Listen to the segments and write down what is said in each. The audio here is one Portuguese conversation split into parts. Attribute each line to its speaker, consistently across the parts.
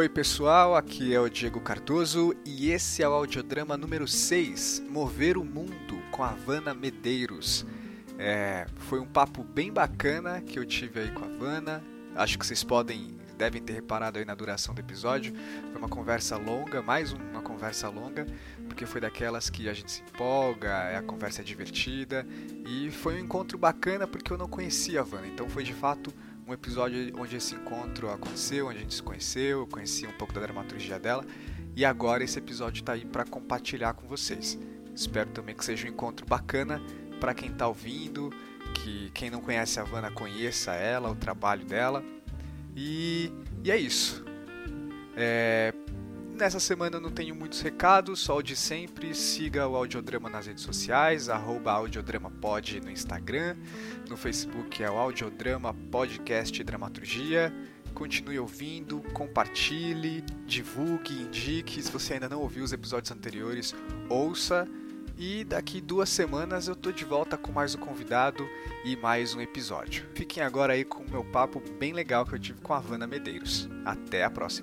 Speaker 1: pessoal, aqui é o Diego Cardoso e esse é o audiodrama número 6, Mover o Mundo, com a Havana Medeiros. Foi um papo bem bacana que eu tive aí com a Havana, acho que vocês devem ter reparado aí na duração do episódio. Foi uma conversa longa, mais uma conversa longa, porque foi daquelas que a gente se empolga, a conversa é divertida, e foi um encontro bacana porque eu não conhecia a Havana, então foi de fato um episódio onde esse encontro aconteceu, onde a gente se conheceu, eu conheci um pouco da dramaturgia dela, e agora esse episódio está aí para compartilhar com vocês. Espero também que seja um encontro bacana para quem está ouvindo, que quem não conhece a Havana conheça ela, o trabalho dela. E é isso. Nessa semana eu não tenho muitos recados, só o de sempre. Siga o Audiodrama nas redes sociais, @audiodramapod no Instagram. No Facebook é o Audiodrama Podcast Dramaturgia. Continue ouvindo, compartilhe, divulgue, indique. Se você ainda não ouviu os episódios anteriores, ouça. E daqui 2 semanas eu tô de volta com mais um convidado e mais um episódio. Fiquem agora aí com o meu papo bem legal que eu tive com a Havana Medeiros. Até a próxima!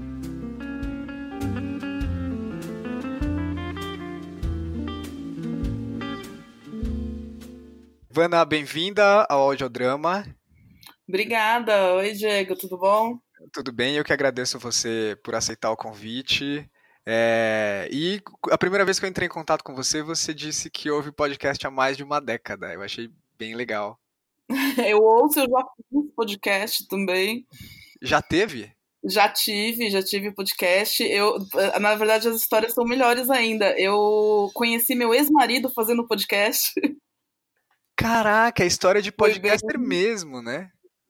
Speaker 1: Havana, bem-vinda ao Audiodrama.
Speaker 2: Obrigada. Oi, Diego, tudo bom?
Speaker 1: Tudo bem, eu que agradeço você por aceitar o convite. E a primeira vez que eu entrei em contato com você, você disse que ouve podcast há mais de uma década. Eu achei bem legal.
Speaker 2: Eu ouço, eu já fiz podcast também.
Speaker 1: Já teve?
Speaker 2: Já tive podcast. Na verdade, as histórias são melhores ainda. Eu conheci meu ex-marido fazendo podcast.
Speaker 1: Caraca, é história de podcaster mesmo, né?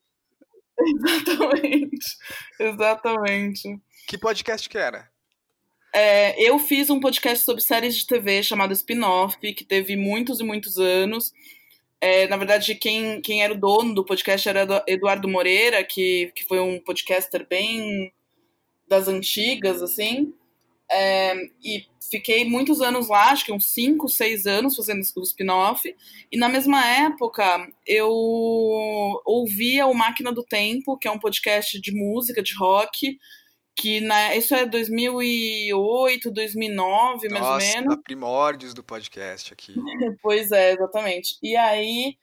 Speaker 2: Exatamente.
Speaker 1: Que podcast que era?
Speaker 2: Eu fiz um podcast sobre séries de TV chamado Spin-Off, que teve muitos e muitos anos. Na verdade, quem era o dono do podcast era Eduardo Moreira, que foi um podcaster bem das antigas, assim. E fiquei muitos anos lá, acho que uns 5, 6 anos fazendo o spin-off. E na mesma época, eu ouvia o Máquina do Tempo, que é um podcast de música, de rock, que isso é 2008, 2009, mais ou menos.
Speaker 1: Nossa, primórdios do podcast aqui.
Speaker 2: Pois é, exatamente. E aí,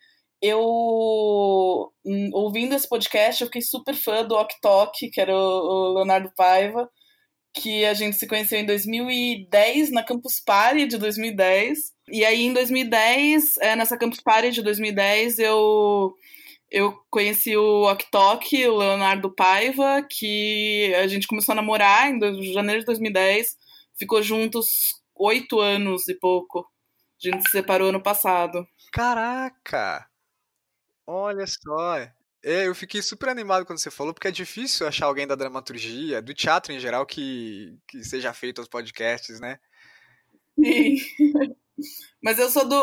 Speaker 2: ouvindo esse podcast, eu fiquei super fã do Ok Tok, que era o Leonardo Paiva, que a gente se conheceu em 2010, na Campus Party de 2010. E aí, em 2010, nessa Campus Party de 2010, eu conheci o Ok Tok, o Leonardo Paiva, que a gente começou a namorar em janeiro de 2010, ficou juntos 8 anos e pouco. A gente se separou ano passado.
Speaker 1: Caraca! Olha só! Eu fiquei super animado quando você falou, porque é difícil achar alguém da dramaturgia, do teatro em geral, que seja feito aos podcasts, né?
Speaker 2: Sim. Mas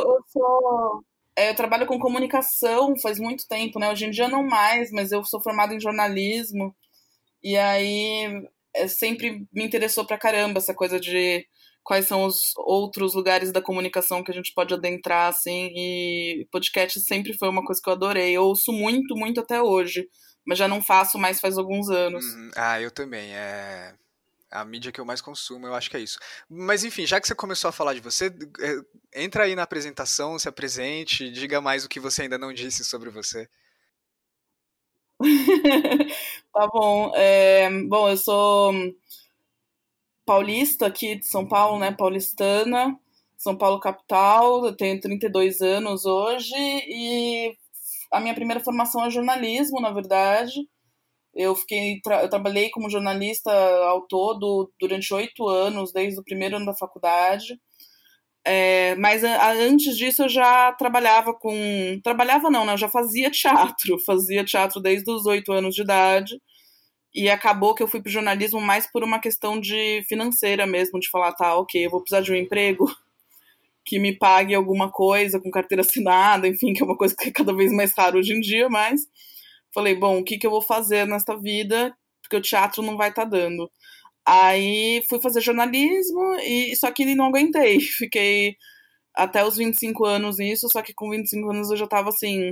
Speaker 2: eu trabalho com comunicação faz muito tempo, né? Hoje em dia não mais, mas eu sou formada em jornalismo. E aí sempre me interessou pra caramba essa coisa de quais são os outros lugares da comunicação que a gente pode adentrar, assim. E podcast sempre foi uma coisa que eu adorei. Eu ouço muito, muito até hoje. Mas já não faço mais faz alguns anos.
Speaker 1: Eu também. A mídia que eu mais consumo, eu acho que é isso. Mas enfim, já que você começou a falar de você, entra aí na apresentação, se apresente, diga mais o que você ainda não disse sobre você.
Speaker 2: Tá bom. Bom, eu sou paulista aqui de São Paulo, né? Paulistana, São Paulo capital. Eu tenho 32 anos hoje e a minha primeira formação é jornalismo, na verdade. Eu trabalhei como jornalista ao todo durante 8 anos, desde o primeiro ano da faculdade. Mas antes disso eu já trabalhava com... Trabalhava não, né? Eu já fazia teatro. Fazia teatro desde os 8 anos de idade. E acabou que eu fui pro jornalismo mais por uma questão de financeira mesmo, de falar, tá, ok, eu vou precisar de um emprego que me pague alguma coisa com carteira assinada, enfim, que é uma coisa que é cada vez mais raro hoje em dia, mas falei, bom, o que eu vou fazer nesta vida? Porque o teatro não vai estar dando. Aí fui fazer jornalismo, só que não aguentei. Fiquei até os 25 anos nisso, só que com 25 anos eu já tava assim,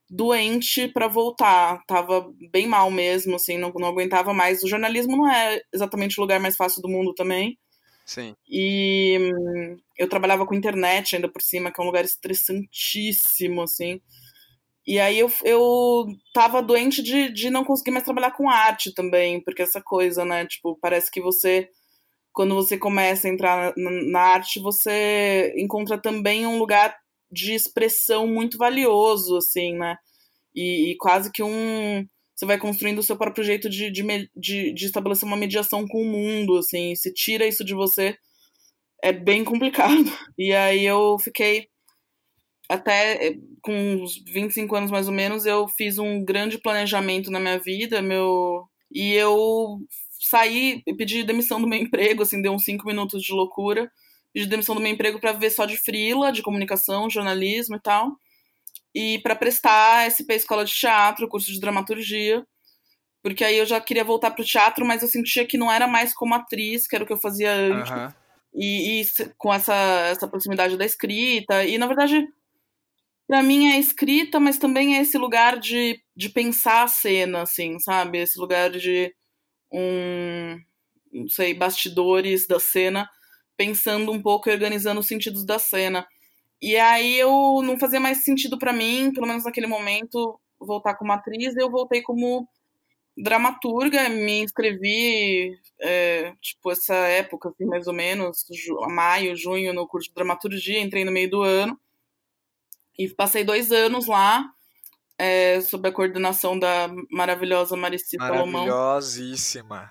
Speaker 2: doente para voltar. Tava bem mal mesmo, assim, não aguentava mais. O jornalismo não é exatamente o lugar mais fácil do mundo também.
Speaker 1: Sim.
Speaker 2: E eu trabalhava com internet ainda por cima, que é um lugar estressantíssimo, assim. E aí eu tava doente de não conseguir mais trabalhar com arte também, porque essa coisa, né? Tipo, parece que você, quando você começa a entrar na arte, você encontra também um lugar de expressão muito valioso, assim, né? E quase que você vai construindo o seu próprio jeito de estabelecer uma mediação com o mundo, assim. E se tira isso de você, é bem complicado. E aí eu fiquei até com uns 25 anos mais ou menos, eu fiz um grande planejamento na minha vida, e eu saí e pedi demissão do meu emprego, assim, deu uns 5 minutos de loucura. Pedi demissão do meu emprego para viver só de freela, de comunicação, jornalismo e tal. E para prestar SP Escola de Teatro, curso de dramaturgia, porque aí eu já queria voltar pro teatro, mas eu sentia que não era mais como atriz, que era o que eu fazia antes,
Speaker 1: Aham.
Speaker 2: e com essa proximidade da escrita. E na verdade, pra mim é escrita, mas também é esse lugar de pensar a cena, assim, sabe? Esse lugar de não sei, bastidores da cena, pensando um pouco e organizando os sentidos da cena. E aí eu não fazia mais sentido pra mim, pelo menos naquele momento, voltar como atriz, eu voltei como dramaturga, me inscrevi, tipo, essa época, assim, mais ou menos, maio, junho, no curso de dramaturgia, entrei no meio do ano, e passei 2 anos lá, sob a coordenação da maravilhosa Marici Salomão,
Speaker 1: Maravilhosíssima.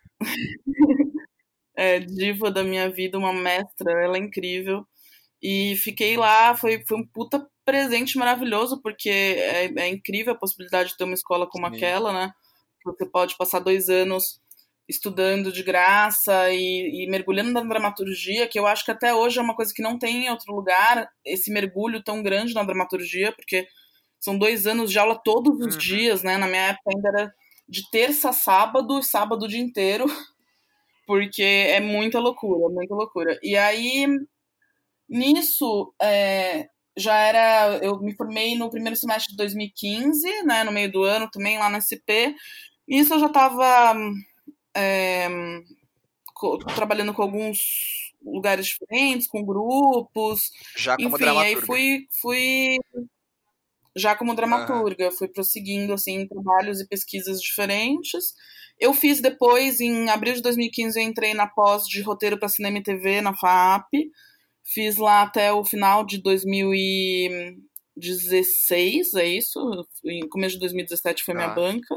Speaker 2: diva da minha vida, uma mestra, ela é incrível. E fiquei lá, foi um puta presente maravilhoso, porque é incrível a possibilidade de ter uma escola como
Speaker 1: Sim.
Speaker 2: aquela, né? Você pode passar 2 anos estudando de graça e mergulhando na dramaturgia, que eu acho que até hoje é uma coisa que não tem em outro lugar, esse mergulho tão grande na dramaturgia, porque são 2 anos de aula todos os
Speaker 1: Uhum.
Speaker 2: dias, né? Na minha época ainda era de terça a sábado, e sábado o dia inteiro, porque é muita loucura, muita loucura. E aí, nisso, já era. Eu me formei no primeiro semestre de 2015, né? No meio do ano, também lá na SP. Nisso eu já estava trabalhando com alguns lugares diferentes, com grupos,
Speaker 1: Já como
Speaker 2: enfim, aí
Speaker 1: dramaturga.
Speaker 2: fui já como
Speaker 1: Aham.
Speaker 2: dramaturga, fui prosseguindo assim trabalhos e pesquisas diferentes. Eu fiz depois, em abril de 2015, eu entrei na pós de roteiro para cinema e TV na FAP. Fiz lá até o final de 2016, é isso? Em começo de 2017 foi minha
Speaker 1: Ah.
Speaker 2: banca.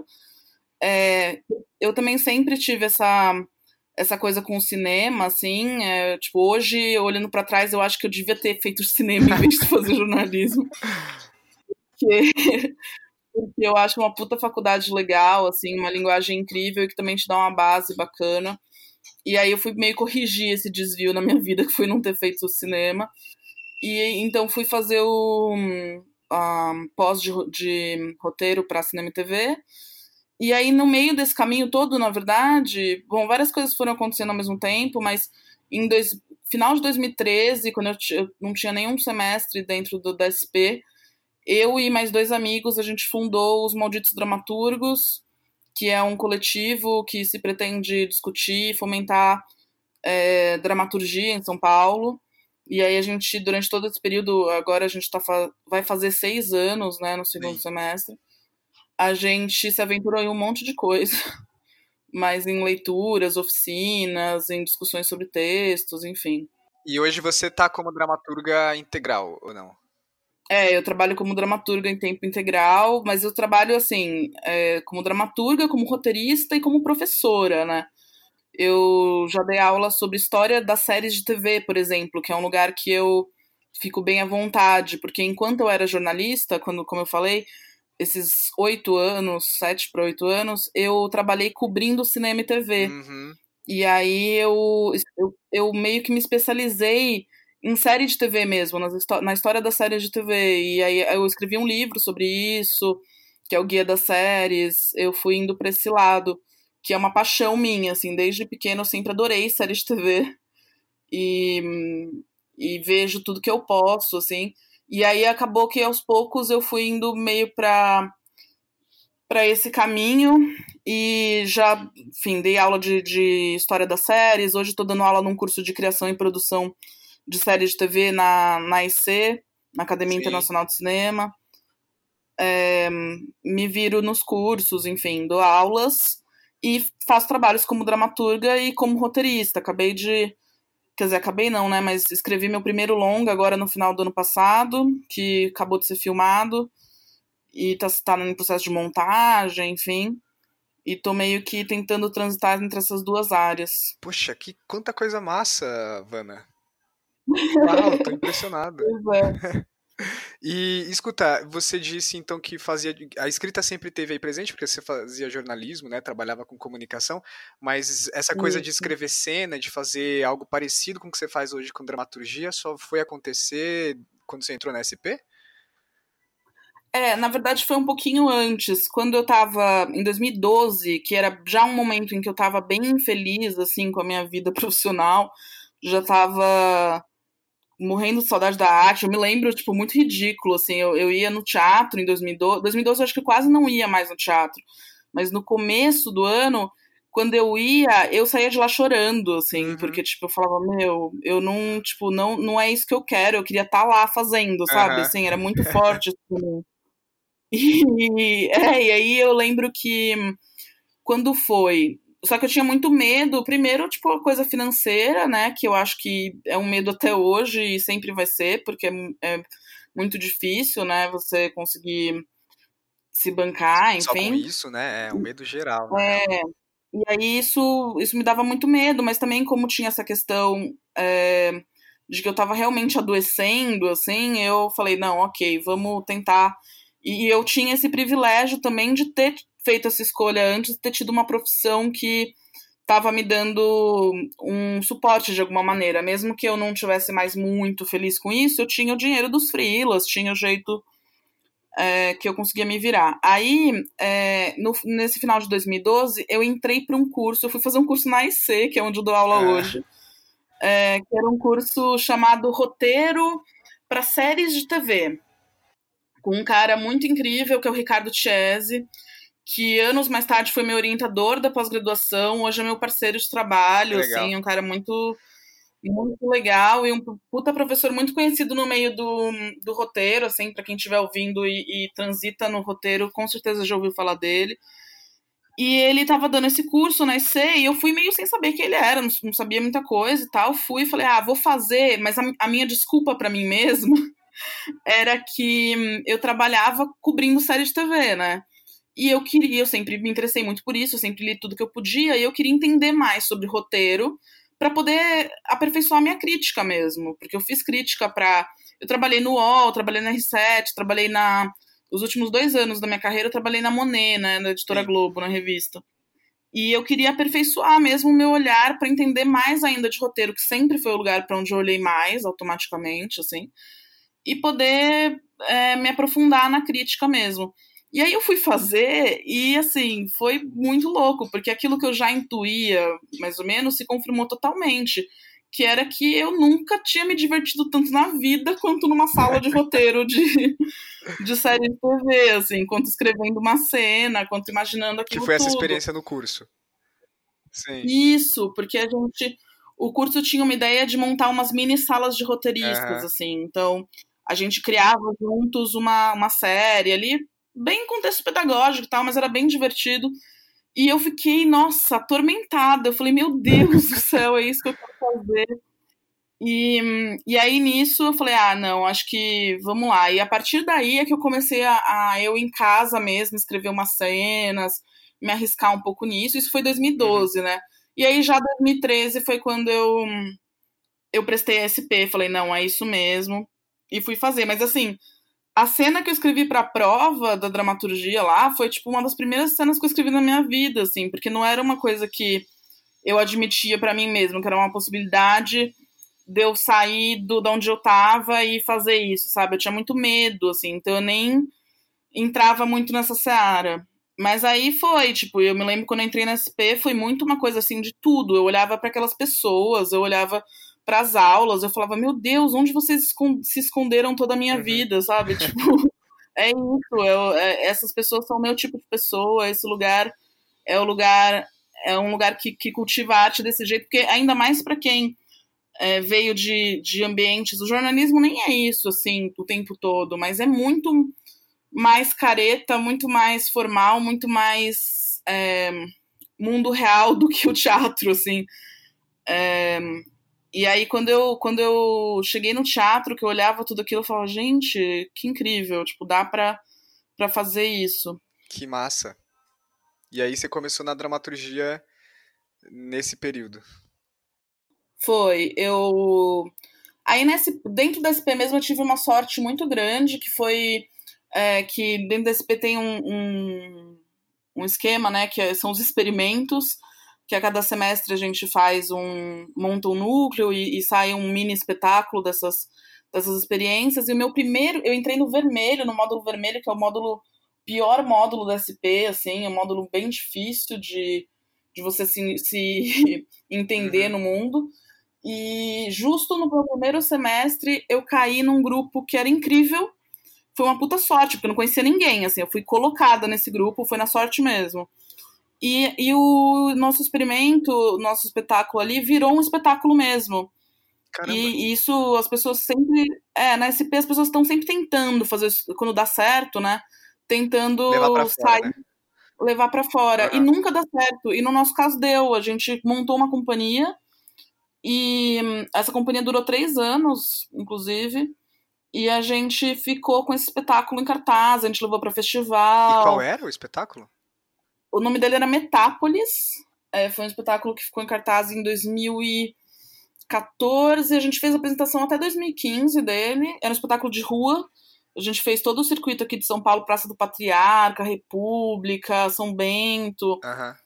Speaker 2: Eu também sempre tive essa coisa com o cinema, assim, tipo, hoje, olhando pra trás, eu acho que eu devia ter feito cinema em vez de fazer jornalismo, porque, porque eu acho uma puta faculdade legal, assim, uma linguagem incrível e que também te dá uma base bacana. E aí eu fui meio corrigir esse desvio na minha vida, que foi não ter feito cinema. E então fui fazer o pós de roteiro para cinema e TV. E aí, no meio desse caminho todo, na verdade, bom, várias coisas foram acontecendo ao mesmo tempo, mas final de 2013, quando eu não tinha nenhum semestre dentro da SP, eu e mais 2 amigos, a gente fundou os Malditos Dramaturgos, que é um coletivo que se pretende discutir e fomentar dramaturgia em São Paulo. E aí a gente, durante todo esse período, agora a gente vai fazer 6 anos, né, no segundo
Speaker 1: Sim.
Speaker 2: semestre, a gente se aventurou em um monte de coisa, mas em leituras, oficinas, em discussões sobre textos, enfim.
Speaker 1: E hoje você tá como dramaturga integral, ou não?
Speaker 2: Eu trabalho como dramaturga em tempo integral, mas eu trabalho, assim, como dramaturga, como roteirista e como professora, né? Eu já dei aula sobre história das séries de TV, por exemplo, que é um lugar que eu fico bem à vontade, porque enquanto eu era jornalista, como eu falei, esses 8 anos, 7 para 8 anos, eu trabalhei cobrindo cinema e TV.
Speaker 1: Uhum.
Speaker 2: E aí eu meio que me especializei em série de TV mesmo, na história das séries de TV. E aí eu escrevi um livro sobre isso, que é o Guia das Séries. Eu fui indo pra esse lado, que é uma paixão minha, assim, desde pequena eu sempre adorei séries de TV. E, e vejo tudo que eu posso, assim. E aí acabou que aos poucos eu fui indo meio para esse caminho e já, enfim, dei aula de história das séries. Hoje estou dando aula num curso de criação e produção de séries de TV na IC, na Academia
Speaker 1: Sim.
Speaker 2: Internacional de Cinema. Me viro nos cursos, enfim, dou aulas e faço trabalhos como dramaturga e como roteirista. Quer dizer, acabei não, né? Mas escrevi meu primeiro longa agora no final do ano passado, que acabou de ser filmado e tá no processo de montagem, enfim. E tô meio que tentando transitar entre essas duas áreas.
Speaker 1: Poxa, que quanta coisa massa, Vana. Uau, tô impressionado.
Speaker 2: Pois é.
Speaker 1: E escuta, você disse então que fazia a escrita sempre teve aí presente porque você fazia jornalismo, né? Trabalhava com comunicação, mas essa coisa de
Speaker 2: Isso.
Speaker 1: escrever cena, de fazer algo parecido com o que você faz hoje com dramaturgia, só foi acontecer quando você entrou na SP?
Speaker 2: Na verdade foi um pouquinho antes, quando eu tava em 2012, que era já um momento em que eu tava bem feliz, assim, com a minha vida profissional, já tava morrendo de saudade da arte. Eu me lembro, tipo, muito ridículo, assim, eu ia no teatro em 2012. 2012 eu acho que eu quase não ia mais no teatro. Mas no começo do ano, quando eu ia, eu saía de lá chorando, assim,
Speaker 1: Uhum.
Speaker 2: porque, tipo, eu falava, meu, eu não, tipo, não é isso que eu quero, eu queria estar lá fazendo, sabe?
Speaker 1: Aham.
Speaker 2: Assim, era muito forte isso pra mim. E aí eu lembro que quando foi. Só que eu tinha muito medo, primeiro, tipo, a coisa financeira, né? Que eu acho que é um medo até hoje e sempre vai ser, porque é muito difícil, né? Você conseguir se bancar,
Speaker 1: Só com
Speaker 2: enfim.
Speaker 1: isso, né? É um medo geral, na real.
Speaker 2: É, e aí isso me dava muito medo, mas também como tinha essa questão de que eu tava realmente adoecendo, assim, eu falei, não, ok, vamos tentar. E eu tinha esse privilégio também de ter feito essa escolha antes, de ter tido uma profissão que estava me dando um suporte de alguma maneira. Mesmo que eu não tivesse mais muito feliz com isso, eu tinha o dinheiro dos freelas, tinha o jeito que eu conseguia me virar. Aí, nesse final de 2012, eu entrei para um curso, eu fui fazer um curso na IC, que é onde eu dou aula
Speaker 1: Ah,
Speaker 2: hoje, que era um curso chamado Roteiro para Séries de TV, com um cara muito incrível, que é o Ricardo Chiesi, que anos mais tarde foi meu orientador da pós-graduação, hoje é meu parceiro de
Speaker 1: que
Speaker 2: trabalho, assim,
Speaker 1: legal.
Speaker 2: é um cara muito legal e um puta professor muito conhecido no meio do roteiro, assim, pra quem estiver ouvindo e transita no roteiro, com certeza já ouviu falar dele. E ele tava dando esse curso na IC e eu fui meio sem saber quem ele era, não sabia muita coisa e tal. Fui e falei, vou fazer, mas a minha desculpa para mim mesma era que eu trabalhava cobrindo série de TV, né? E eu sempre me interessei muito por isso, eu sempre li tudo que eu podia, e eu queria entender mais sobre roteiro para poder aperfeiçoar minha crítica mesmo, porque eu fiz crítica para, eu trabalhei no UOL, trabalhei na R7, trabalhei os últimos 2 anos da minha carreira eu trabalhei na Monet, né, na Editora
Speaker 1: Sim.
Speaker 2: Globo, na revista. E eu queria aperfeiçoar mesmo o meu olhar para entender mais ainda de roteiro, que sempre foi o lugar para onde eu olhei mais automaticamente, assim, e poder me aprofundar na crítica mesmo. E aí eu fui fazer e, assim, foi muito louco, porque aquilo que eu já intuía, mais ou menos, se confirmou totalmente. Que era que eu nunca tinha me divertido tanto na vida quanto numa sala de roteiro de série de TV, assim, quanto escrevendo uma cena, quanto imaginando
Speaker 1: Que
Speaker 2: aquilo
Speaker 1: foi essa
Speaker 2: tudo.
Speaker 1: experiência no curso. Sim.
Speaker 2: Isso, porque o curso tinha uma ideia de montar umas mini salas de roteiristas,
Speaker 1: Aham.
Speaker 2: assim. Então, a gente criava juntos uma série ali, bem em contexto pedagógico e tal, mas era bem divertido. E eu fiquei, nossa, atormentada. Eu falei, meu Deus do céu, é isso que eu quero fazer. E aí nisso eu falei, não, acho que vamos lá. E a partir daí é que eu comecei eu em casa mesmo escrever umas cenas, me arriscar um pouco nisso. Isso foi
Speaker 1: Uhum.
Speaker 2: 2012, né? E aí já 2013 foi quando eu prestei a SP, falei, não, é isso mesmo. E fui fazer. Mas assim, a cena que eu escrevi pra prova da dramaturgia lá foi tipo uma das primeiras cenas que eu escrevi na minha vida, assim, porque não era uma coisa que eu admitia pra mim mesmo, que era uma possibilidade de eu sair da onde eu tava e fazer isso, sabe? Eu tinha muito medo, assim, então eu nem entrava muito nessa seara. Mas aí foi, tipo, eu me lembro quando eu entrei na SP, foi muito uma coisa assim de tudo. Eu olhava para aquelas pessoas, eu olhava para as aulas, eu falava, meu Deus, onde vocês se esconderam toda a minha vida, sabe? Tipo, é isso, essas pessoas são o meu tipo de pessoa, esse lugar é o lugar, é um lugar que cultiva arte desse jeito, porque ainda mais para quem veio de ambientes, o jornalismo nem é isso, assim, o tempo todo, mas é muito mais careta, muito mais formal, muito mais mundo real do que o teatro, assim. E aí, quando eu cheguei no teatro, que eu olhava tudo aquilo, eu falava, gente, que incrível, tipo, dá pra fazer isso.
Speaker 1: Que massa. E aí você começou na dramaturgia nesse período.
Speaker 2: Foi, Aí, dentro da SP mesmo, eu tive uma sorte muito grande, que foi que dentro da SP tem um esquema, né, são os experimentos, que a cada semestre a gente monta um núcleo e sai um mini espetáculo dessas experiências. E o meu primeiro, eu entrei no vermelho, no módulo vermelho, que é o pior módulo da SP, assim, é um módulo bem difícil de você se entender no mundo. E justo no meu primeiro semestre, eu caí num grupo que era incrível. Foi uma puta sorte, porque eu não conhecia ninguém, assim, eu fui colocada nesse grupo, foi na sorte mesmo. E o nosso experimento, o nosso espetáculo ali, virou um espetáculo mesmo.
Speaker 1: Caramba.
Speaker 2: E isso, as pessoas sempre... na SP as pessoas estão sempre tentando fazer, quando dá certo, né? Tentando
Speaker 1: levar pra fora, né?
Speaker 2: levar pra fora. E nunca dá certo. E no nosso caso deu. A gente montou uma companhia e essa companhia durou 3 anos, inclusive. E a gente ficou com esse espetáculo em cartaz, a gente levou pra festival.
Speaker 1: E qual era o espetáculo?
Speaker 2: O nome dele era Metápolis. Foi um espetáculo que ficou em cartaz em 2014. A gente fez a apresentação até 2015 dele. Era um espetáculo de rua. A gente fez todo o circuito aqui de São Paulo, Praça do Patriarca, República, São Bento,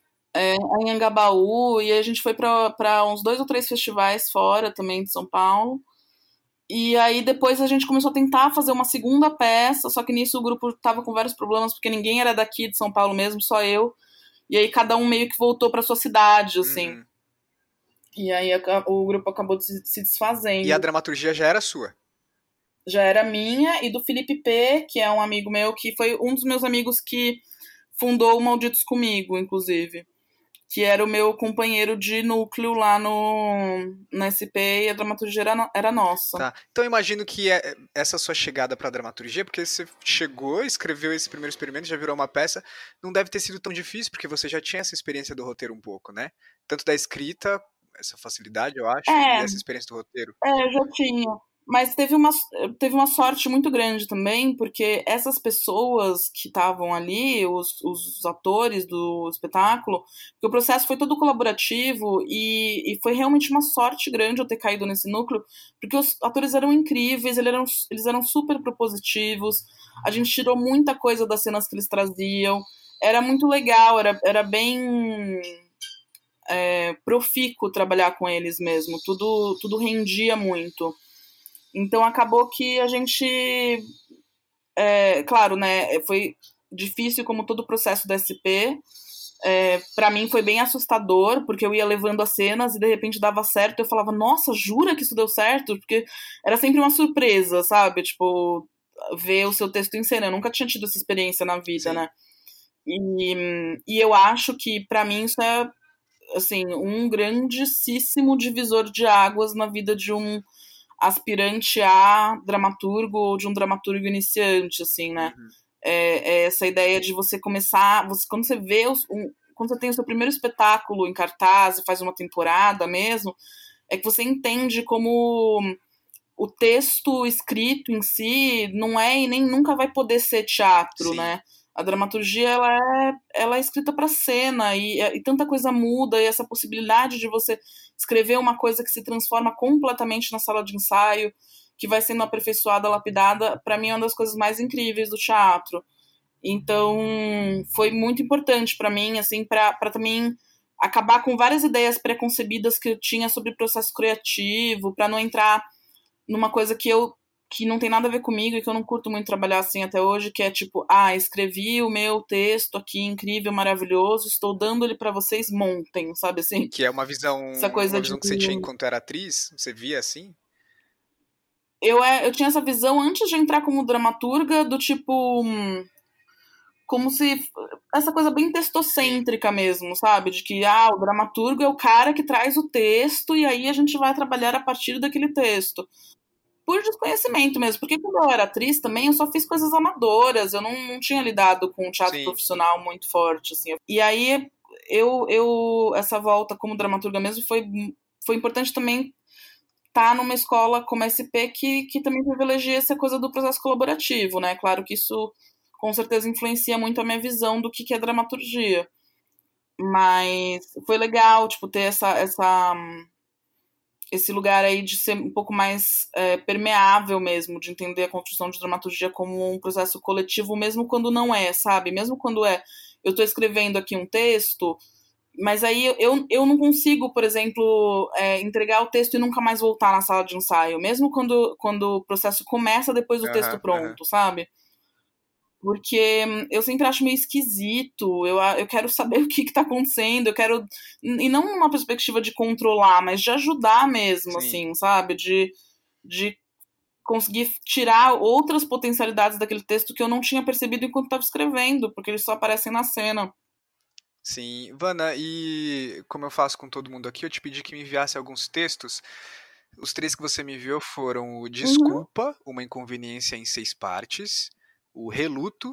Speaker 2: Anhangabaú. E a gente foi para uns 2 ou 3 festivais fora também de São Paulo. E aí depois a gente começou a tentar fazer uma segunda peça, só que nisso o grupo tava com vários problemas, porque ninguém era daqui de São Paulo mesmo, só eu. E aí cada um meio que voltou pra sua cidade, assim. E aí o grupo acabou se desfazendo.
Speaker 1: E a dramaturgia já era sua?
Speaker 2: Já era minha e do Felipe P., que é um amigo meu, que foi um dos meus amigos que fundou o Malditos Comigo, inclusive. Que era o meu companheiro de núcleo lá na SP e a dramaturgia era nossa.
Speaker 1: Tá. Então eu imagino que essa sua chegada pra dramaturgia, porque você chegou, escreveu esse primeiro experimento, já virou uma peça, não deve ter sido tão difícil, porque você já tinha essa experiência do roteiro um pouco, né? Tanto da escrita, essa facilidade, eu acho, e essa experiência do roteiro.
Speaker 2: Eu já tinha. Mas teve uma sorte muito grande também, porque essas pessoas que estavam ali, os atores do espetáculo, que o processo foi todo colaborativo e foi realmente uma sorte grande eu ter caído nesse núcleo, porque os atores eram incríveis, eles eram super propositivos, a gente tirou muita coisa das cenas que eles traziam, era muito legal, era bem profícuo trabalhar com eles mesmo, tudo rendia muito. Então acabou que a gente, claro, né, foi difícil como todo o processo da SP. Pra mim foi bem assustador, porque eu ia levando as cenas e de repente dava certo, eu falava, nossa, jura que isso deu certo? Porque era sempre uma surpresa, sabe? Tipo, ver o seu texto em cena. Eu nunca tinha tido essa experiência na vida, né? E eu acho que pra mim isso é, assim, um grandíssimo divisor de águas na vida de um aspirante a dramaturgo ou de um dramaturgo iniciante, assim, né? Essa ideia de você começar... quando você vê... quando você tem o seu primeiro espetáculo em cartaz e faz uma temporada mesmo, é que você entende como o texto escrito em si não é e nem nunca vai poder ser teatro, né? A dramaturgia, ela é escrita para cena e tanta coisa muda, e essa possibilidade de você escrever uma coisa que se transforma completamente na sala de ensaio, que vai sendo aperfeiçoada, lapidada, para mim é uma das coisas mais incríveis do teatro. Então, foi muito importante para mim, assim, para também acabar com várias ideias preconcebidas que eu tinha sobre processo criativo, para não entrar numa coisa que eu que não tem nada a ver comigo e que eu não curto muito trabalhar assim até hoje, que é tipo, escrevi o meu texto aqui incrível, maravilhoso, estou dando ele pra vocês, montem, sabe assim?
Speaker 1: Que é uma visão,
Speaker 2: Essa coisa
Speaker 1: uma
Speaker 2: de...
Speaker 1: visão que você tinha enquanto era atriz? Você via assim?
Speaker 2: Eu tinha essa visão antes de entrar como dramaturga, do tipo... como se... essa coisa bem
Speaker 1: Sim.
Speaker 2: textocêntrica mesmo, sabe? De que, o dramaturgo é o cara que traz o texto e aí a gente vai trabalhar a partir daquele texto. Por desconhecimento mesmo, porque quando eu era atriz também, eu só fiz coisas amadoras, eu não tinha lidado com um teatro
Speaker 1: Sim.
Speaker 2: profissional muito forte, assim. E aí, essa volta como dramaturga mesmo foi importante também estar numa escola como a SP que também privilegia essa coisa do processo colaborativo, né? Claro que isso com certeza influencia muito a minha visão do que é dramaturgia. Mas foi legal, tipo, ter esse lugar aí de ser um pouco mais permeável mesmo, de entender a construção de dramaturgia como um processo coletivo, mesmo quando não é, sabe? Mesmo quando eu tô escrevendo aqui um texto, mas aí eu não consigo, por exemplo, entregar o texto e nunca mais voltar na sala de ensaio, mesmo quando o processo começa depois do texto pronto, sabe? Porque eu sempre acho meio esquisito, eu quero saber o que tá acontecendo, eu quero... E não uma perspectiva de controlar, mas de ajudar mesmo,
Speaker 1: Sim.
Speaker 2: assim, sabe? De conseguir tirar outras potencialidades daquele texto que eu não tinha percebido enquanto estava escrevendo, porque eles só aparecem na cena.
Speaker 1: Sim. Vana, e como eu faço com todo mundo aqui, eu te pedi que me enviasse alguns textos. Os 3 que você me enviou foram o
Speaker 2: Uhum.
Speaker 1: Desculpa, uma inconveniência em 6 partes, o Reluto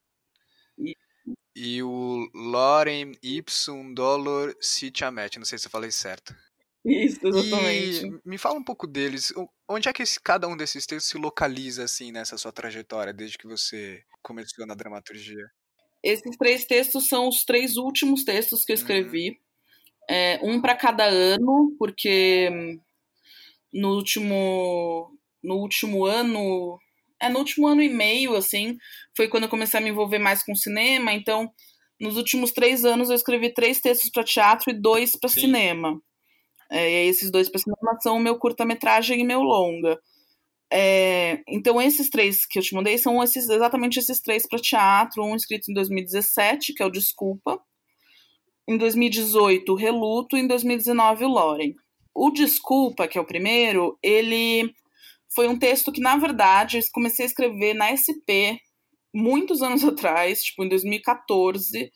Speaker 1: e o Lorem Ipsum Dolor Sitiamet. Não sei se eu falei certo.
Speaker 2: Isso,
Speaker 1: E
Speaker 2: exatamente.
Speaker 1: me fala um pouco deles. Onde é que cada um desses textos se localiza assim nessa sua trajetória, desde que você começou na dramaturgia?
Speaker 2: Esses 3 textos são os 3 últimos textos que eu
Speaker 1: Uhum.
Speaker 2: escrevi. Um para cada ano, porque no último, no último ano, no último ano e meio, assim, foi quando eu comecei a me envolver mais com cinema. Então, nos últimos 3 anos, eu escrevi 3 textos para teatro e 2 para
Speaker 1: Sim.
Speaker 2: cinema. E esses 2 para cinema são o meu curta-metragem e meu longa. Então, esses 3 que eu te mandei são exatamente esses 3 para teatro. Um escrito em 2017, que é o Desculpa. Em 2018, o Reluto. E em 2019, o Loren. O Desculpa, que é o primeiro, ele foi um texto que, na verdade, eu comecei a escrever na SP muitos anos atrás, tipo em 2014.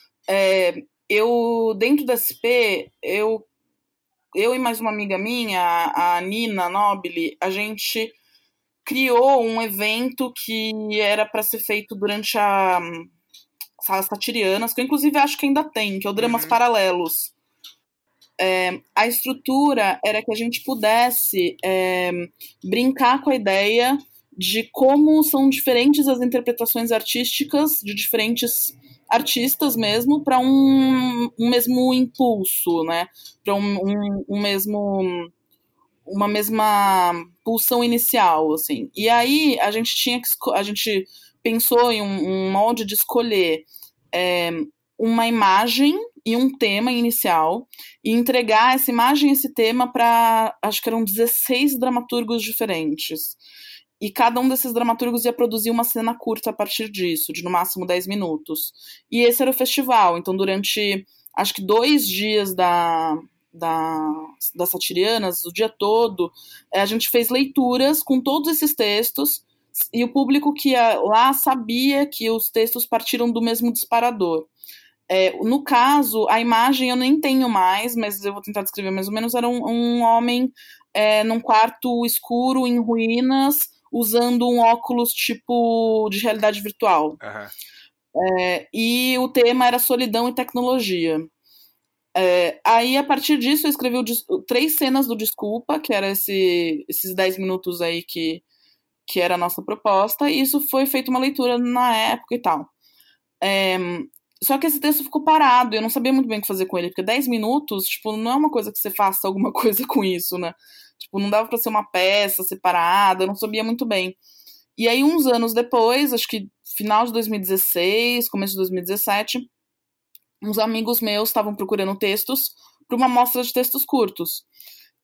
Speaker 2: Dentro da SP, eu e mais uma amiga minha, a Nina Nobile, a gente criou um evento que era para ser feito durante as Satirianas, que eu inclusive acho que ainda tem, que é o Dramas
Speaker 1: Uhum.
Speaker 2: Paralelos. A estrutura era que a gente pudesse brincar com a ideia de como são diferentes as interpretações artísticas de diferentes artistas mesmo para um mesmo impulso, né? Para uma mesma pulsão inicial, assim. E aí a gente pensou em um molde de escolher uma imagem e um tema inicial e entregar essa imagem e esse tema para, acho que eram 16 dramaturgos diferentes. E cada um desses dramaturgos ia produzir uma cena curta a partir disso, de no máximo 10 minutos. E esse era o festival. Então, durante, acho que 2 dias das Satirianas, o dia todo, a gente fez leituras com todos esses textos e o público que ia lá sabia que os textos partiram do mesmo disparador. No caso, a imagem eu nem tenho mais, mas eu vou tentar descrever mais ou menos. Era um homem num quarto escuro, em ruínas, usando um óculos tipo de realidade virtual.
Speaker 1: Uhum.
Speaker 2: E o tema era solidão e tecnologia. Aí, a partir disso, eu escrevi 3 cenas do Desculpa, que era esses 10 minutos aí que era a nossa proposta, e isso foi feito uma leitura na época e tal. Só que esse texto ficou parado, eu não sabia muito bem o que fazer com ele, porque 10 minutos, tipo, não é uma coisa que você faça alguma coisa com isso, né? Tipo, não dava pra ser uma peça separada, eu não sabia muito bem. E aí, uns anos depois, acho que final de 2016, começo de 2017, uns amigos meus estavam procurando textos para uma mostra de textos curtos.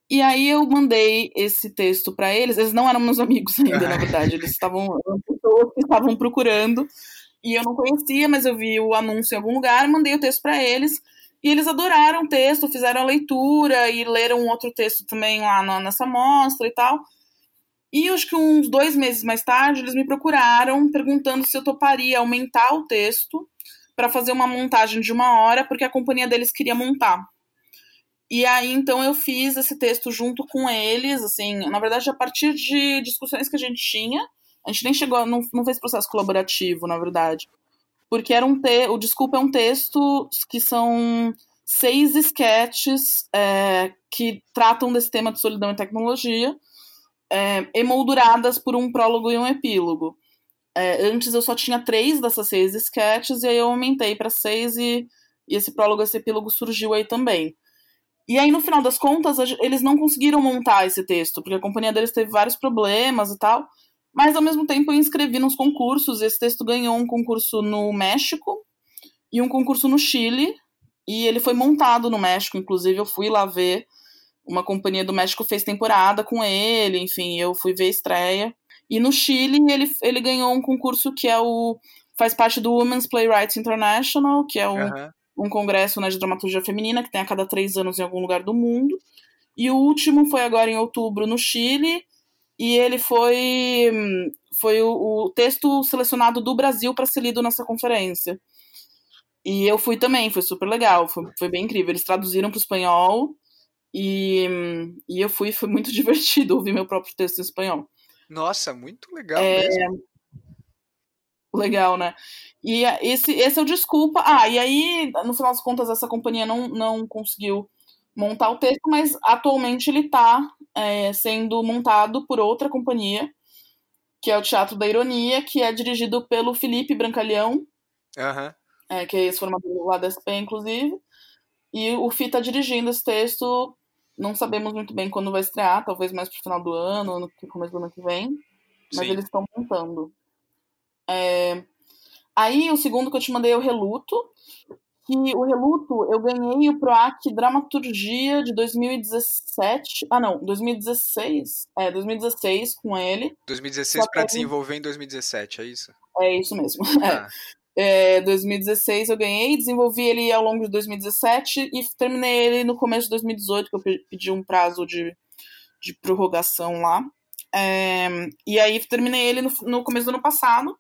Speaker 2: E aí eu mandei esse texto para eles não eram meus amigos ainda, na verdade, eles eram pessoas que estavam procurando, e eu não conhecia, mas eu vi o anúncio em algum lugar, mandei o texto para eles, e eles adoraram o texto, fizeram a leitura e leram um outro texto também lá nessa mostra e tal. E acho que uns 2 meses mais tarde, eles me procuraram perguntando se eu toparia aumentar o texto para fazer uma montagem de 1 hora, porque a companhia deles queria montar. E aí, então, eu fiz esse texto junto com eles, assim, na verdade, a partir de discussões que a gente tinha. A gente nem chegou, não fez processo colaborativo, na verdade. Porque era o Desculpa é um texto que são 6 sketches que tratam desse tema de solidão e tecnologia, emolduradas por um prólogo e um epílogo. Antes eu só tinha 3 dessas 6 sketches, e aí eu aumentei para 6, e esse prólogo e esse epílogo surgiu aí também. E aí, no final das contas, eles não conseguiram montar esse texto, porque a companhia deles teve vários problemas e tal. Mas, ao mesmo tempo, eu inscrevi nos concursos. Esse texto ganhou um concurso no México e um concurso no Chile. E ele foi montado no México, inclusive. Eu fui lá ver. Uma companhia do México fez temporada com ele. Enfim, eu fui ver a estreia. E no Chile, ele ganhou um concurso que faz parte do Women's Playwrights International, que é um congresso, né, de dramaturgia feminina que tem a cada 3 anos em algum lugar do mundo. E o último foi agora em outubro no Chile, e ele foi o texto selecionado do Brasil para ser lido nessa conferência. E eu fui também, foi super legal, foi bem incrível. Eles traduziram para o espanhol, e eu foi muito divertido ouvir meu próprio texto em espanhol.
Speaker 1: Nossa, muito legal mesmo.
Speaker 2: Legal, né? E esse é o Desculpa. E aí, no final das contas, essa companhia não conseguiu montar o texto, mas atualmente ele está sendo montado por outra companhia, que é o Teatro da Ironia, que é dirigido pelo Felipe Brancalhão, que é ex-formador lá da SP, inclusive. E o Fih está dirigindo esse texto. Não sabemos muito bem quando vai estrear, talvez mais pro final do ano, no começo do ano que vem. Mas Sim. Eles estão montando. Aí o segundo que eu te mandei é o Reluto. Que o Reluto, eu ganhei o PROAC Dramaturgia de 2017. 2016. 2016 com ele.
Speaker 1: 2016 para desenvolver em 2017, é isso?
Speaker 2: É isso mesmo. 2016 eu ganhei, desenvolvi ele ao longo de 2017 e terminei ele no começo de 2018, que eu pedi um prazo de prorrogação lá. E aí terminei ele no começo do ano passado.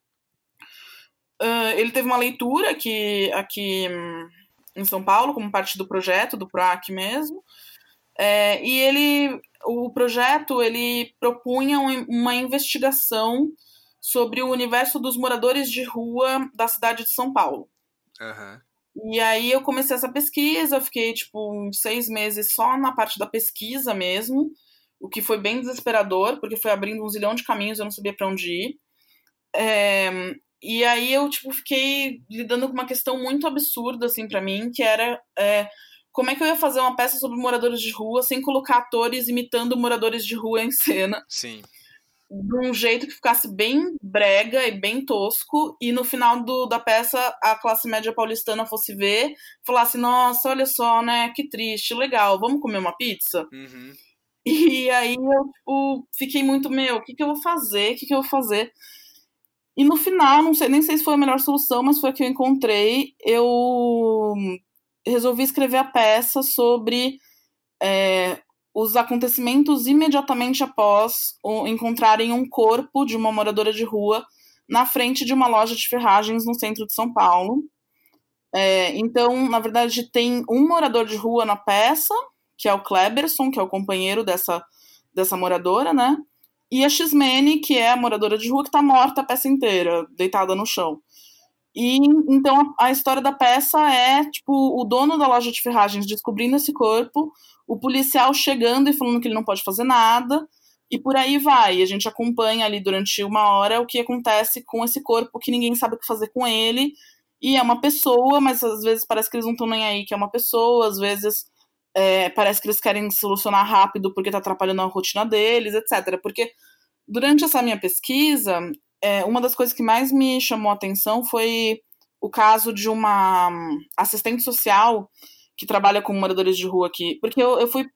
Speaker 2: Ele teve uma leitura aqui em São Paulo, como parte do projeto, do PROAC mesmo. E o projeto ele propunha uma investigação sobre o universo dos moradores de rua da cidade de São Paulo. E aí eu comecei essa pesquisa, eu fiquei uns 6 meses só na parte da pesquisa mesmo, o que foi bem desesperador, porque foi abrindo um zilhão de caminhos, eu não sabia para onde ir. E aí eu fiquei lidando com uma questão muito absurda assim para mim, que era como é que eu ia fazer uma peça sobre moradores de rua sem colocar atores imitando moradores de rua em cena.
Speaker 1: Sim.
Speaker 2: De um jeito que ficasse bem brega e bem tosco, e no final da peça a classe média paulistana fosse ver, falasse, nossa, olha só, né, que triste, legal, vamos comer uma pizza? E aí eu fiquei muito, o que eu vou fazer? E no final, nem sei se foi a melhor solução, mas foi a que eu encontrei, eu resolvi escrever a peça sobre os acontecimentos imediatamente após encontrarem um corpo de uma moradora de rua na frente de uma loja de ferragens no centro de São Paulo. Então, na verdade, tem um morador de rua na peça, que é o Kleberson, que é o companheiro dessa moradora, né? E a Xmene, que é a moradora de rua que tá morta a peça inteira, deitada no chão. E então a história da peça é o dono da loja de ferragens descobrindo esse corpo, o policial chegando e falando que ele não pode fazer nada, e por aí vai. A gente acompanha ali durante 1 hora o que acontece com esse corpo, que ninguém sabe o que fazer com ele, e é uma pessoa, mas às vezes parece que eles não estão nem aí que é uma pessoa, às vezes parece que eles querem solucionar rápido porque tá atrapalhando a rotina deles, etc. Porque durante essa minha pesquisa, uma das coisas que mais me chamou a atenção foi o caso de uma assistente social que trabalha com moradores de rua aqui. Porque eu fui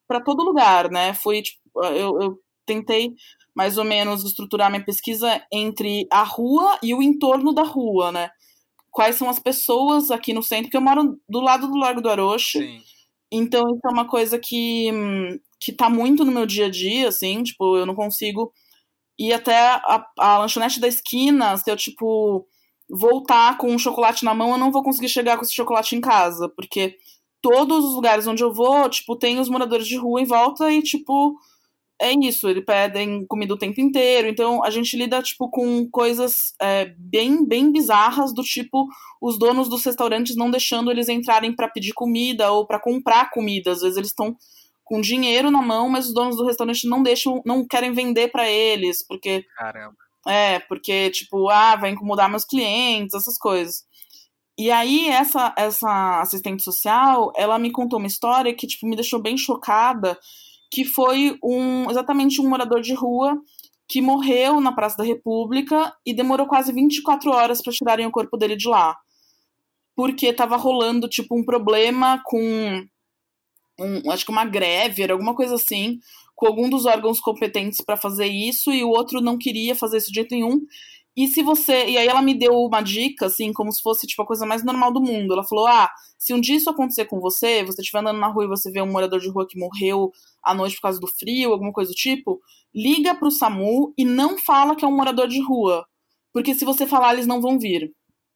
Speaker 2: para todo lugar, né? Foi, tipo, eu tentei mais ou menos estruturar minha pesquisa entre a rua e o entorno da rua, né? Quais são as pessoas aqui no centro, porque eu moro do lado do Largo do Aroche,
Speaker 1: Sim.
Speaker 2: então isso é uma coisa que tá muito no meu dia a dia, assim, tipo, eu não consigo ir até a lanchonete da esquina, se eu, tipo, voltar com um chocolate na mão, eu não vou conseguir chegar com esse chocolate em casa, porque todos os lugares onde eu vou, tipo, tem os moradores de rua em volta e, tipo, é isso, eles pedem comida o tempo inteiro, então a gente lida, tipo, com coisas bem bizarras, do tipo, os donos dos restaurantes não deixando eles entrarem para pedir comida ou para comprar comida, às vezes eles estão com dinheiro na mão, mas os donos do restaurante não deixam, não querem vender para eles,
Speaker 1: Caramba.
Speaker 2: porque, tipo, vai incomodar meus clientes, essas coisas. E aí, essa assistente social, ela me contou uma história que, tipo, me deixou bem chocada, que foi exatamente um morador de rua que morreu na Praça da República e demorou quase 24 horas para tirarem o corpo dele de lá. Porque tava rolando, tipo, um problema com, acho que uma greve, era alguma coisa assim, com algum dos órgãos competentes para fazer isso, e o outro não queria fazer isso de jeito nenhum. E aí ela me deu uma dica, assim, como se fosse, tipo, a coisa mais normal do mundo. Ela falou, se um dia isso acontecer com você estiver andando na rua e você vê um morador de rua que morreu à noite por causa do frio, alguma coisa do tipo, liga pro SAMU e não fala que é um morador de rua. Porque se você falar, eles não vão vir.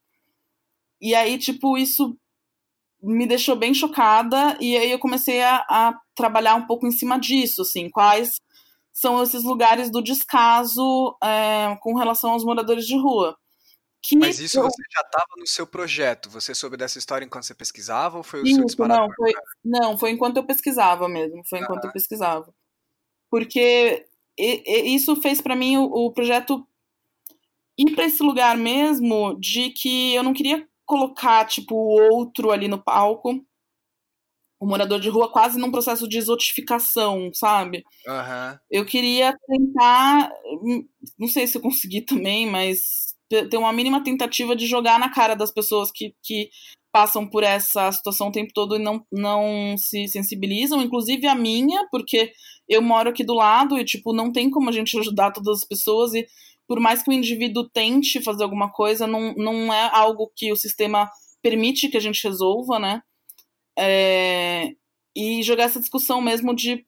Speaker 2: E aí, tipo, isso me deixou bem chocada, e aí eu comecei a trabalhar um pouco em cima disso, assim, quais são esses lugares do descaso com relação aos moradores de rua.
Speaker 1: Mas isso você já estava no seu projeto? Você soube dessa história enquanto você pesquisava ou foi o seu
Speaker 2: Isso,
Speaker 1: disparador?
Speaker 2: não, foi enquanto eu pesquisava mesmo, foi enquanto eu pesquisava. Porque isso fez para mim o projeto ir para esse lugar mesmo de que eu não queria colocar, tipo, o outro ali no palco, o morador de rua quase num processo de exotificação, sabe?
Speaker 1: Aham.
Speaker 2: Eu queria tentar, não sei se eu consegui também, mas ter uma mínima tentativa de jogar na cara das pessoas que passam por essa situação o tempo todo e não se sensibilizam, inclusive a minha, porque eu moro aqui do lado e, tipo, não tem como a gente ajudar todas as pessoas e por mais que o indivíduo tente fazer alguma coisa, não é algo que o sistema permite que a gente resolva, né? E jogar essa discussão mesmo de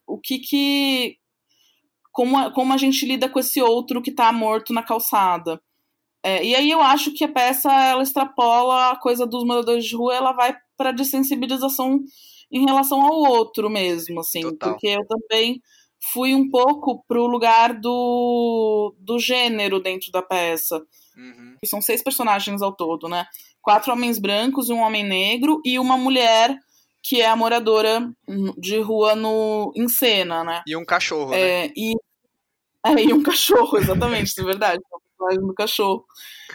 Speaker 2: como a gente lida com esse outro que tá morto na calçada. E aí eu acho que a peça, ela extrapola a coisa dos moradores de rua, ela vai pra dessensibilização em relação ao outro mesmo, assim,
Speaker 1: Total.
Speaker 2: porque eu também fui um pouco pro lugar do gênero dentro da peça.
Speaker 1: Uhum.
Speaker 2: São 6 personagens ao todo, né? 4 homens brancos e um homem negro e uma mulher que é a moradora de rua em cena, né?
Speaker 1: E um cachorro, né?
Speaker 2: E um cachorro, exatamente, isso é verdade. É o personagem do cachorro.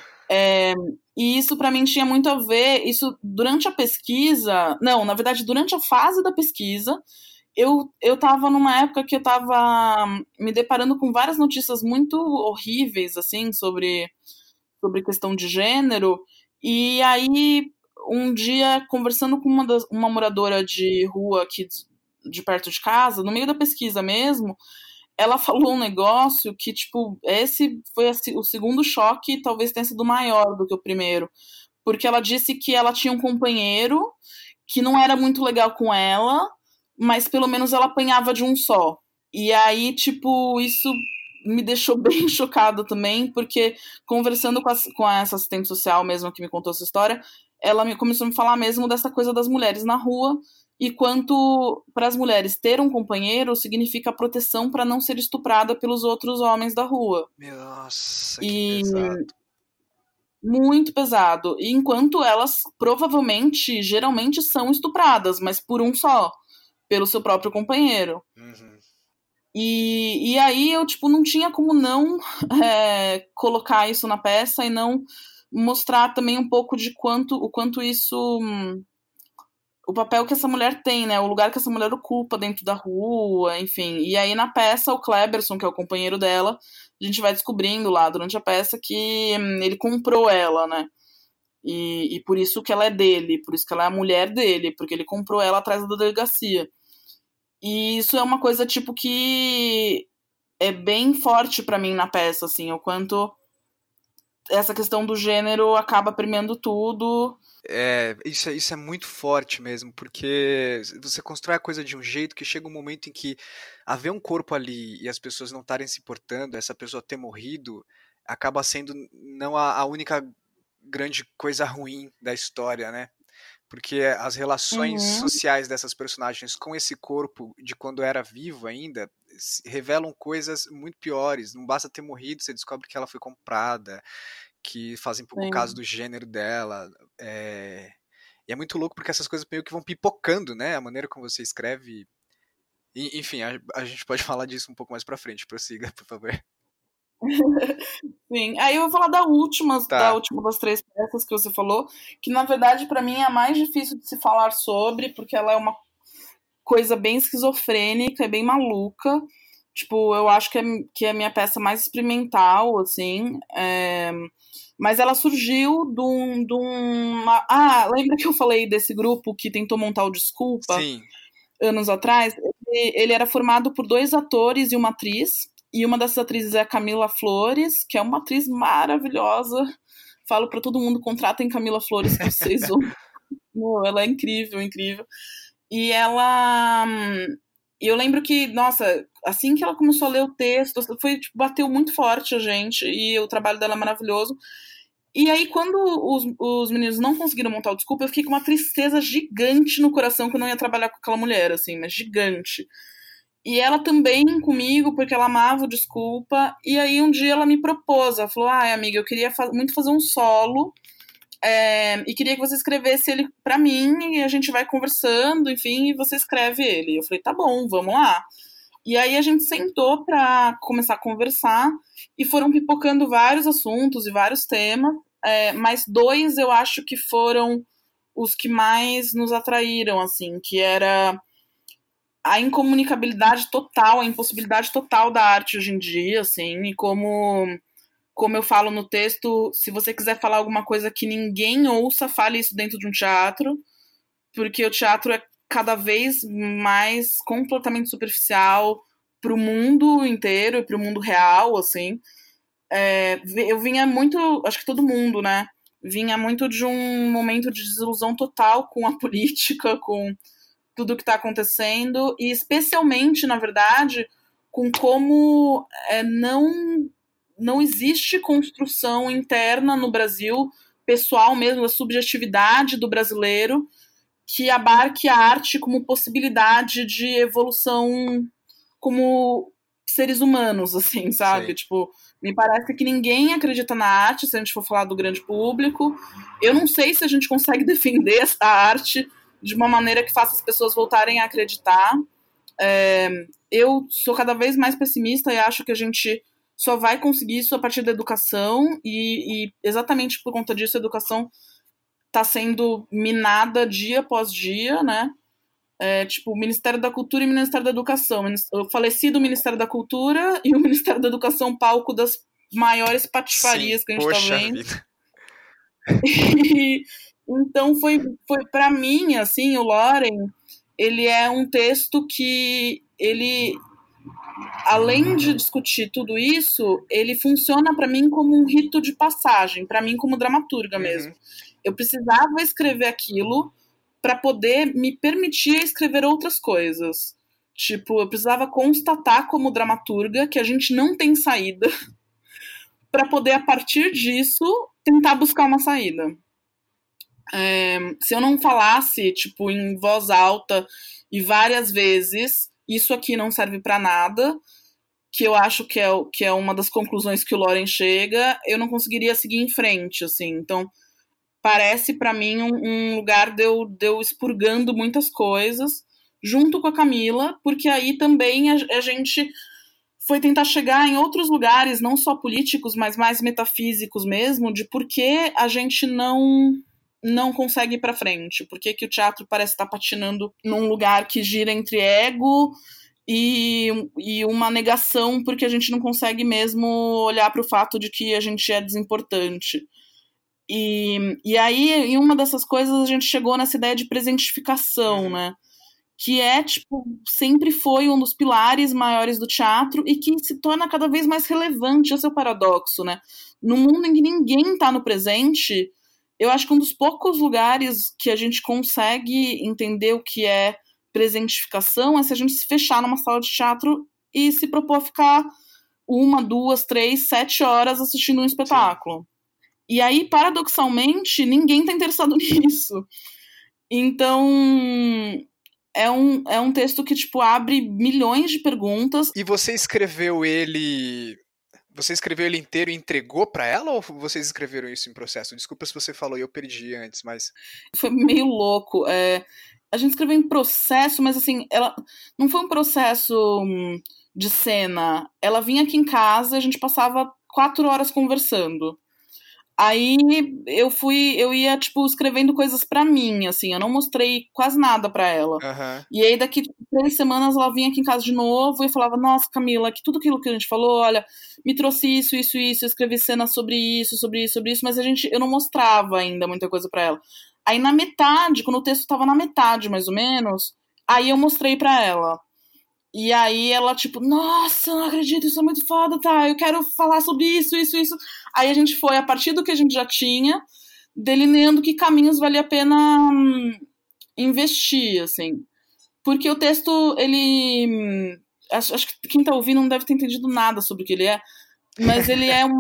Speaker 2: E isso pra mim tinha muito a ver. Isso durante a pesquisa. Não, na verdade, durante a fase da pesquisa, eu tava numa época que eu tava me deparando com várias notícias muito horríveis, assim, sobre questão de gênero. E aí, um dia, conversando com uma moradora de rua aqui de perto de casa, no meio da pesquisa mesmo, ela falou um negócio que, tipo, esse foi o segundo choque, talvez tenha sido maior do que o primeiro. Porque ela disse que ela tinha um companheiro que não era muito legal com ela, mas pelo menos ela apanhava de um só. E aí, tipo, isso me deixou bem chocada também, porque conversando com essa assistente social mesmo que me contou essa história, ela começou a me falar mesmo dessa coisa das mulheres na rua e quanto para as mulheres ter um companheiro significa proteção para não ser estuprada pelos outros homens da rua.
Speaker 1: Nossa, que
Speaker 2: E
Speaker 1: pesado.
Speaker 2: muito pesado. E enquanto elas provavelmente, geralmente são estupradas, mas por um só, pelo seu próprio companheiro.
Speaker 1: Uhum.
Speaker 2: E aí eu, tipo, não tinha como não colocar isso na peça e não mostrar também um pouco de o quanto isso. O papel que essa mulher tem, né? O lugar que essa mulher ocupa dentro da rua, enfim. E aí na peça, o Kleberson, que é o companheiro dela, a gente vai descobrindo lá durante a peça que ele comprou ela, né? E por isso que ela é dele, por isso que ela é a mulher dele, porque ele comprou ela atrás da delegacia. E isso é uma coisa, tipo, que é bem forte pra mim na peça, assim, o quanto essa questão do gênero acaba premiando tudo.
Speaker 1: Isso é muito forte mesmo, porque você constrói a coisa de um jeito que chega um momento em que haver um corpo ali e as pessoas não estarem se importando, essa pessoa ter morrido, acaba sendo não a única grande coisa ruim da história, né? Porque as relações
Speaker 2: Uhum,
Speaker 1: sociais dessas personagens com esse corpo de quando era vivo ainda revelam coisas muito piores. Não basta ter morrido, você descobre que ela foi comprada, que fazem pouco caso
Speaker 2: sim.
Speaker 1: do gênero dela. E é muito louco porque essas coisas meio que vão pipocando, né? A maneira como você escreve. Enfim, a gente pode falar disso um pouco mais pra frente. Prossiga, por favor.
Speaker 2: Sim. Aí eu vou falar da
Speaker 1: Tá,
Speaker 2: última das três peças que você falou, que na verdade pra mim é a mais difícil de se falar sobre, porque ela é uma coisa bem esquizofrênica, é bem maluca. Tipo, eu acho que é a minha peça mais experimental, assim. Mas ela surgiu de uma. Ah, lembra que eu falei desse grupo que tentou montar o Desculpa
Speaker 1: sim,
Speaker 2: anos atrás? Ele era formado por dois atores e uma atriz. E uma dessas atrizes é a Camila Flores, que é uma atriz maravilhosa. Falo pra todo mundo, contratem Camila Flores que vocês vão. Meu, ela é incrível, incrível. E ela. E eu lembro que, nossa, assim que ela começou a ler o texto, foi, tipo, bateu muito forte a gente, e o trabalho dela é maravilhoso. E aí, quando os meninos não conseguiram montar o Desculpa, eu fiquei com uma tristeza gigante no coração que eu não ia trabalhar com aquela mulher, assim, mas gigante. E ela também comigo, porque ela amava o Desculpa. E aí, um dia ela me propôs, ela falou: ai, amiga, eu queria muito fazer um solo e queria que você escrevesse ele pra mim e a gente vai conversando, enfim, e você escreve ele. Eu falei, tá bom, vamos lá. E aí a gente sentou pra começar a conversar e foram pipocando vários assuntos e vários temas, mas dois eu acho que foram os que mais nos atraíram, assim, que era a incomunicabilidade total, a impossibilidade total da arte hoje em dia, assim, e como eu falo no texto, se você quiser falar alguma coisa que ninguém ouça, fale isso dentro de um teatro, porque o teatro é cada vez mais completamente superficial para o mundo inteiro e para o mundo real, assim. Eu vinha muito, acho que todo mundo, né? Vinha muito de um momento de desilusão total com a política, com tudo que está acontecendo, e especialmente, na verdade, com como não existe construção interna no Brasil, pessoal mesmo, da subjetividade do brasileiro, que abarque a arte como possibilidade de evolução como seres humanos, assim, sabe?
Speaker 1: sei.
Speaker 2: Tipo, me parece que ninguém acredita na arte, se a gente for falar do grande público. Eu não sei se a gente consegue defender essa arte de uma maneira que faça as pessoas voltarem a acreditar. Eu sou cada vez mais pessimista e acho que a gente só vai conseguir isso a partir da educação e exatamente por conta disso a educação está sendo minada dia após dia, né? Tipo, o Ministério da Cultura e o Ministério da Educação. O falecido Ministério da Cultura e o Ministério da Educação, palco das maiores
Speaker 1: Sim,
Speaker 2: patifarias que a gente está
Speaker 1: poxa
Speaker 2: vendo.
Speaker 1: vida.
Speaker 2: E, então foi para mim, assim, o Loren, ele é um texto que ele, além de discutir tudo isso, ele funciona para mim como um rito de passagem, para mim como dramaturga mesmo.
Speaker 1: Uhum,
Speaker 2: Eu precisava escrever aquilo para poder me permitir escrever outras coisas. Tipo, eu precisava constatar como dramaturga que a gente não tem saída para poder a partir disso tentar buscar uma saída. Se eu não falasse, tipo, em voz alta e várias vezes, isso aqui não serve para nada, que eu acho que é uma das conclusões que o Loren chega, eu não conseguiria seguir em frente, assim. Então, parece para mim um lugar de eu expurgando muitas coisas, junto com a Camila, porque aí também a gente foi tentar chegar em outros lugares, não só políticos, mas mais metafísicos mesmo, de por que a gente não consegue ir para frente, por que o teatro parece estar patinando num lugar que gira entre ego e uma negação porque a gente não consegue mesmo olhar para o fato de que a gente é desimportante. E aí, em uma dessas coisas, a gente chegou nessa ideia de presentificação,
Speaker 1: uhum.
Speaker 2: né? que é, tipo, sempre foi um dos pilares maiores do teatro e que se torna cada vez mais relevante. Esse é o paradoxo, né? No mundo em que ninguém está no presente, eu acho que um dos poucos lugares que a gente consegue entender o que é presentificação é se a gente se fechar numa sala de teatro e se propor a ficar 1, 2, 3, 7 horas assistindo um espetáculo. Sim. E aí, paradoxalmente, ninguém está interessado nisso. Então, é um texto que, tipo, abre milhões de perguntas.
Speaker 1: E você escreveu ele inteiro e entregou para ela, ou vocês escreveram isso em processo? Desculpa se você falou e eu perdi antes, mas...
Speaker 2: Foi meio louco. A gente escreveu em processo, mas assim, ela não foi um processo de cena. Ela vinha aqui em casa, a gente passava 4 horas conversando. Aí eu ia, tipo, escrevendo coisas pra mim, assim, eu não mostrei quase nada pra ela.
Speaker 1: Uhum.
Speaker 2: E aí, daqui 3 semanas, ela vinha aqui em casa de novo e falava, nossa, Camila, que tudo aquilo que a gente falou, olha, me trouxe isso, isso, isso, eu escrevi cenas sobre isso, mas eu não mostrava ainda muita coisa pra ela. Aí, na metade, quando o texto tava na metade, mais ou menos, aí eu mostrei pra ela. E aí ela, tipo, nossa, não acredito, isso é muito foda, tá? Eu quero falar sobre isso, isso, isso. Aí a gente foi, a partir do que a gente já tinha, delineando que caminhos valia a pena investir, assim. Porque o texto, ele... Acho que quem tá ouvindo não deve ter entendido nada sobre o que ele é, mas ele é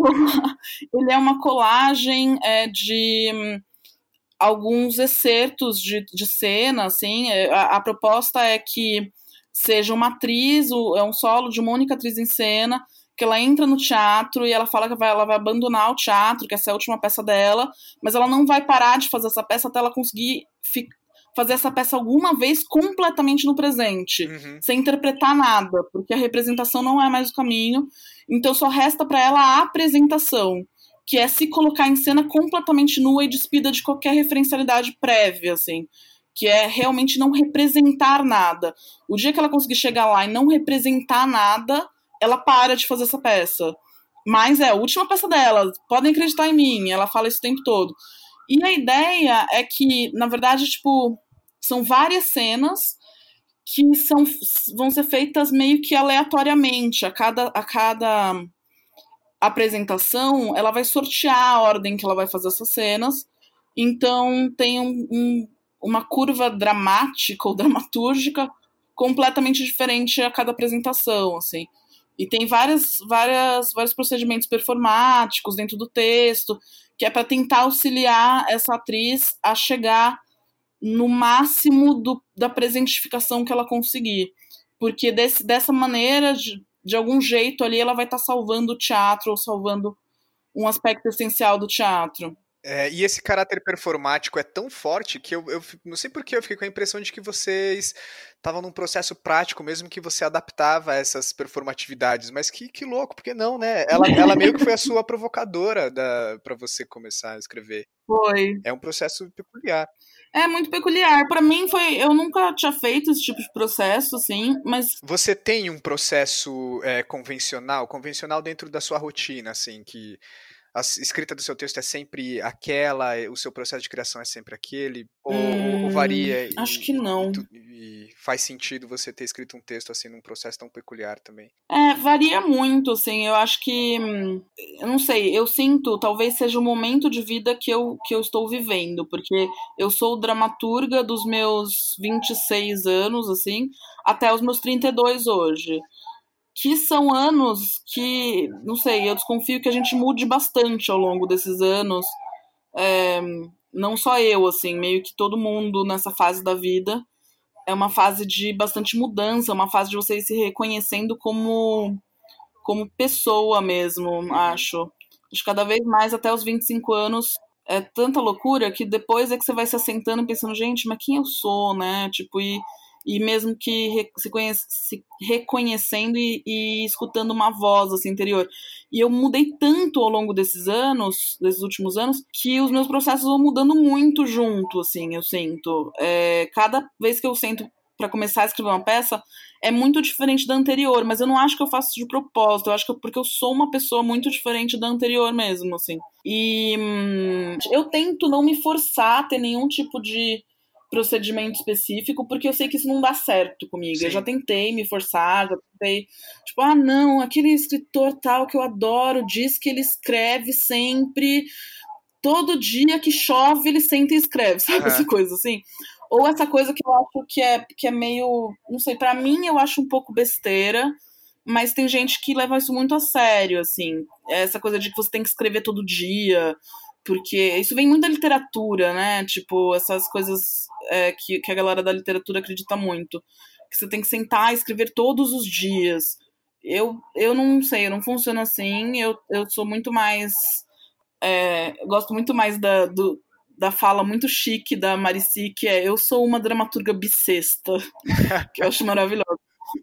Speaker 2: uma colagem de alguns excertos de cena, assim. A proposta é que seja uma atriz, é um solo de uma única atriz em cena, que ela entra no teatro e ela fala que ela vai abandonar o teatro, que essa é a última peça dela, mas ela não vai parar de fazer essa peça até ela conseguir fazer essa peça alguma vez completamente no presente, sem interpretar nada, porque a representação não é mais o caminho, então só resta para ela a apresentação, que é se colocar em cena completamente nua e despida de qualquer referencialidade prévia, assim, que é realmente não representar nada. O dia que ela conseguir chegar lá e não representar nada, ela para de fazer essa peça. Mas é a última peça dela, podem acreditar em mim, ela fala isso o tempo todo. E a ideia é que, na verdade, tipo, são várias cenas que vão ser feitas meio que aleatoriamente. A cada apresentação, ela vai sortear a ordem que ela vai fazer essas cenas. Então, tem uma curva dramática ou dramatúrgica completamente diferente a cada apresentação, assim. E tem vários procedimentos performáticos dentro do texto, que é para tentar auxiliar essa atriz a chegar no máximo da presentificação que ela conseguir. Porque dessa maneira, de algum jeito ali, ela vai estar salvando o teatro ou salvando um aspecto essencial do teatro.
Speaker 1: E esse caráter performático é tão forte que eu não sei por que eu fiquei com a impressão de que vocês estavam num processo prático, mesmo que você adaptava essas performatividades. Mas que louco, porque não, né? Ela meio que foi a sua provocadora para você começar a escrever.
Speaker 2: Foi.
Speaker 1: É um processo peculiar.
Speaker 2: É muito peculiar. Para mim eu nunca tinha feito esse tipo de processo, assim, mas...
Speaker 1: Você tem um processo convencional dentro da sua rotina, assim, que a escrita do seu texto é sempre aquela, o seu processo de criação é sempre aquele, ou varia?
Speaker 2: Acho que não.
Speaker 1: E faz sentido você ter escrito um texto assim num processo tão peculiar também?
Speaker 2: Varia muito, assim, eu acho que, eu não sei, eu sinto, talvez seja o momento de vida que eu estou vivendo, porque eu sou dramaturga dos meus 26 anos, assim, até os meus 32 hoje. Que são anos que, não sei, eu desconfio que a gente mude bastante ao longo desses anos. Não só eu, assim, meio que todo mundo nessa fase da vida. É uma fase de bastante mudança, uma fase de você ir se reconhecendo como pessoa mesmo, acho. Acho que cada vez mais, até os 25 anos, é tanta loucura que depois é que você vai se assentando e pensando, gente, mas quem eu sou, né? Tipo, e mesmo que se reconhecendo e escutando uma voz assim, interior. E eu mudei tanto ao longo desses últimos anos, que os meus processos vão mudando muito junto, assim, eu sinto. Cada vez que eu sento para começar a escrever uma peça, é muito diferente da anterior, mas eu não acho que eu faço de propósito, eu acho que é porque eu sou uma pessoa muito diferente da anterior mesmo, assim. E eu tento não me forçar a ter nenhum tipo de procedimento específico, porque eu sei que isso não dá certo comigo. Eu já
Speaker 1: Sim.
Speaker 2: tentei me forçar, já tentei, tipo, ah, não, aquele escritor tal que eu adoro diz que ele escreve sempre, todo dia que chove ele senta e escreve, sabe essa
Speaker 1: Aham.
Speaker 2: coisa assim? Ou essa coisa que eu acho que é meio, não sei, pra mim eu acho um pouco besteira, mas tem gente que leva isso muito a sério, assim, essa coisa de que você tem que escrever todo dia, porque isso vem muito da literatura, né? Tipo, essas coisas que a galera da literatura acredita muito, que você tem que sentar e escrever todos os dias. Eu não sei, eu não funciono assim, eu sou muito mais gosto muito mais da fala muito chique da Marici, que é eu sou uma dramaturga bissexta, que eu acho maravilhosa.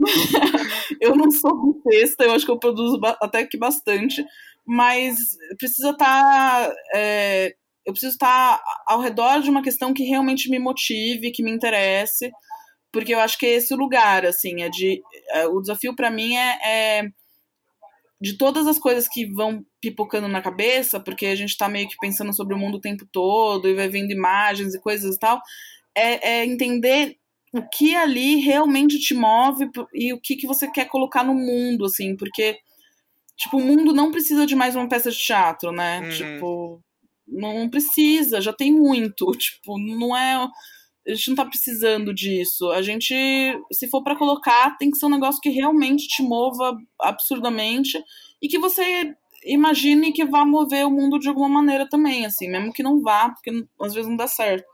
Speaker 2: Eu não sou bissexta, eu acho que eu produzo até que bastante, mas precisa estar. Eu preciso estar ao redor de uma questão que realmente me motive, que me interesse, porque eu acho que é esse o lugar, assim, o desafio para mim é de todas as coisas que vão pipocando na cabeça, porque a gente tá meio que pensando sobre o mundo o tempo todo e vai vendo imagens e coisas e tal, é entender o que ali realmente te move e o que você quer colocar no mundo, assim, porque, tipo, o mundo não precisa de mais uma peça de teatro, né?
Speaker 1: Uhum.
Speaker 2: Tipo, não precisa, já tem muito, tipo, não é. A gente não tá precisando disso. A gente, se for para colocar, tem que ser um negócio que realmente te mova absurdamente e que você imagine que vá mover o mundo de alguma maneira também, assim, mesmo que não vá, porque às vezes não dá certo.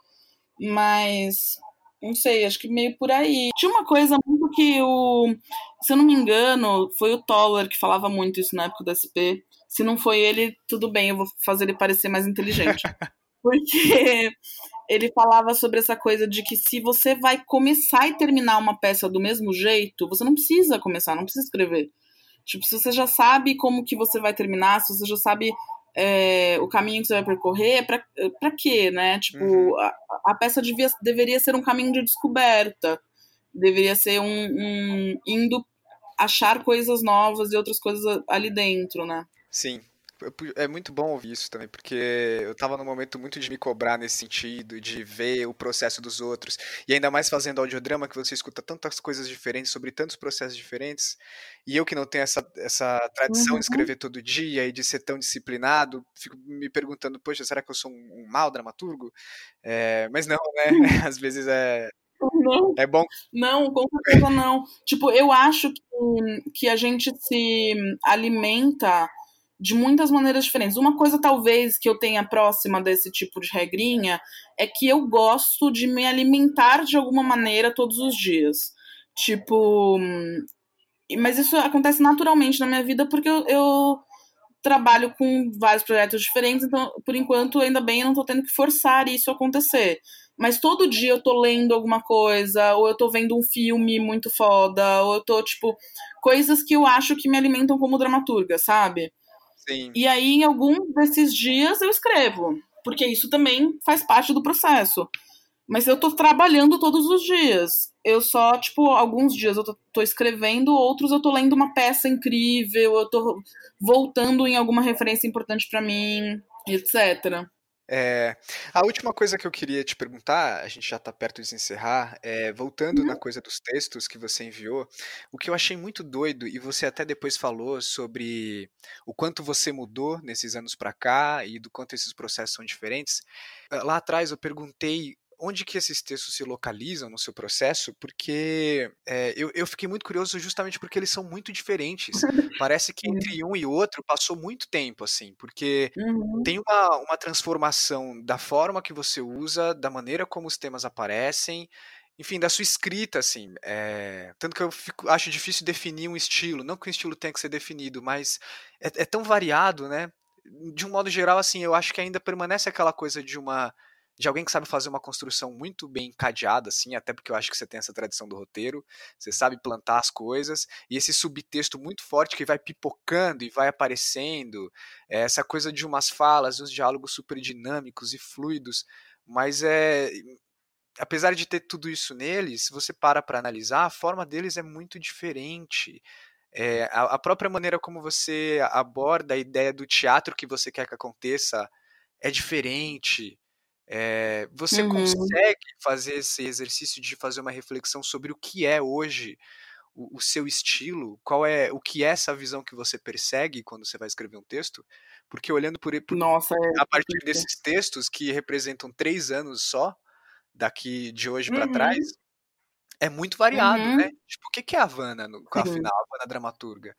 Speaker 2: Mas não sei, acho que meio por aí. Tinha uma coisa muito que se eu não me engano, foi o Toller que falava muito isso na época do SP. Se não foi ele, tudo bem, eu vou fazer ele parecer mais inteligente. Porque ele falava sobre essa coisa de que se você vai começar e terminar uma peça do mesmo jeito, você não precisa começar, não precisa escrever. Tipo, se você já sabe como que você vai terminar, se você já sabe o caminho que você vai percorrer, pra quê, né?
Speaker 1: Uhum.
Speaker 2: Tipo, a peça deveria ser um caminho de descoberta, deveria ser indo achar coisas novas e outras coisas ali dentro, né?
Speaker 1: Sim. É muito bom ouvir isso também, porque eu tava num momento muito de me cobrar nesse sentido, de ver o processo dos outros, e ainda mais fazendo audiodrama, que você escuta tantas coisas diferentes sobre tantos processos diferentes, e eu que não tenho essa tradição de
Speaker 2: Uhum.
Speaker 1: escrever todo dia e de ser tão disciplinado, fico me perguntando, poxa, será que eu sou um mau dramaturgo? Mas não, né? Às vezes
Speaker 2: Não,
Speaker 1: é bom.
Speaker 2: não, com certeza não. Tipo, eu acho que a gente se alimenta de muitas maneiras diferentes. Uma coisa, talvez, que eu tenha próxima desse tipo de regrinha é que eu gosto de me alimentar de alguma maneira todos os dias. Tipo, mas isso acontece naturalmente na minha vida porque eu trabalho com vários projetos diferentes, então, por enquanto, ainda bem, eu não tô tendo que forçar isso a acontecer. Mas todo dia eu tô lendo alguma coisa, ou eu tô vendo um filme muito foda, ou eu tô, tipo, coisas que eu acho que me alimentam como dramaturga, sabe?
Speaker 1: Sim.
Speaker 2: E aí, em algum desses dias, eu escrevo, porque isso também faz parte do processo. Mas eu tô trabalhando todos os dias. Eu só, tipo, alguns dias eu tô escrevendo, outros eu tô lendo uma peça incrível, eu tô voltando em alguma referência importante pra mim, etc.
Speaker 1: É, a última coisa que eu queria te perguntar, a gente já está perto de se encerrar, voltando na coisa dos textos que você enviou, o que eu achei muito doido, e você até depois falou sobre o quanto você mudou nesses anos para cá e do quanto esses processos são diferentes. Lá atrás eu perguntei onde que esses textos se localizam no seu processo, porque eu fiquei muito curioso justamente porque eles são muito diferentes. Parece que entre um e outro passou muito tempo, assim, porque
Speaker 2: Uhum.
Speaker 1: tem uma transformação da forma que você usa, da maneira como os temas aparecem, enfim, da sua escrita, assim. Tanto que acho difícil definir um estilo. Não que um estilo tenha que ser definido, mas é tão variado, né? De um modo geral, assim, eu acho que ainda permanece aquela coisa de alguém que sabe fazer uma construção muito bem encadeada, assim, até porque eu acho que você tem essa tradição do roteiro, você sabe plantar as coisas, e esse subtexto muito forte que vai pipocando e vai aparecendo, essa coisa de umas falas, uns diálogos super dinâmicos e fluidos, mas apesar de ter tudo isso neles, se você para analisar, a forma deles é muito diferente. A própria maneira como você aborda a ideia do teatro que você quer que aconteça é diferente. Você
Speaker 2: Uhum.
Speaker 1: consegue fazer esse exercício de fazer uma reflexão sobre o que é hoje o seu estilo? O que é essa visão que você persegue quando você vai escrever um texto? Porque olhando
Speaker 2: Nossa, é
Speaker 1: a partir
Speaker 2: difícil.
Speaker 1: desses textos que representam 3 anos só, daqui de hoje para trás,
Speaker 2: Uhum.
Speaker 1: é muito variado, né?
Speaker 2: Uhum.
Speaker 1: Tipo, o que que é a Havana,
Speaker 2: Sim.
Speaker 1: afinal, a Havana dramaturga?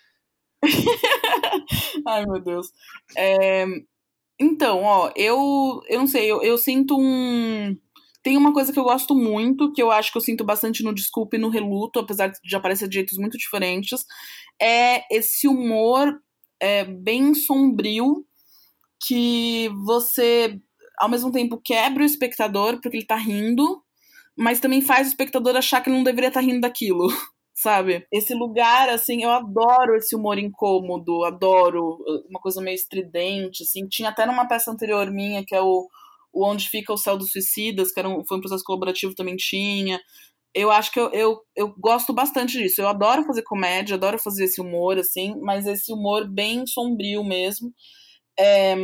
Speaker 2: Ai, meu Deus. É, então, ó, eu não sei, eu sinto um. Tem uma coisa que eu gosto muito, que eu acho que eu sinto bastante no Desculpe e no Reluto, apesar de aparecer de jeitos muito diferentes, é esse humor bem sombrio que você, ao mesmo tempo, quebra o espectador porque ele tá rindo, mas também faz o espectador achar que ele não deveria estar rindo daquilo, sabe? Esse lugar, assim, eu adoro esse humor incômodo, adoro uma coisa meio estridente, assim. Tinha até numa peça anterior minha, que é o Onde Fica o Céu dos Suicidas, que foi um processo colaborativo, também tinha. Eu acho que eu gosto bastante disso. Eu adoro fazer comédia, adoro fazer esse humor, assim, mas esse humor bem sombrio mesmo. É,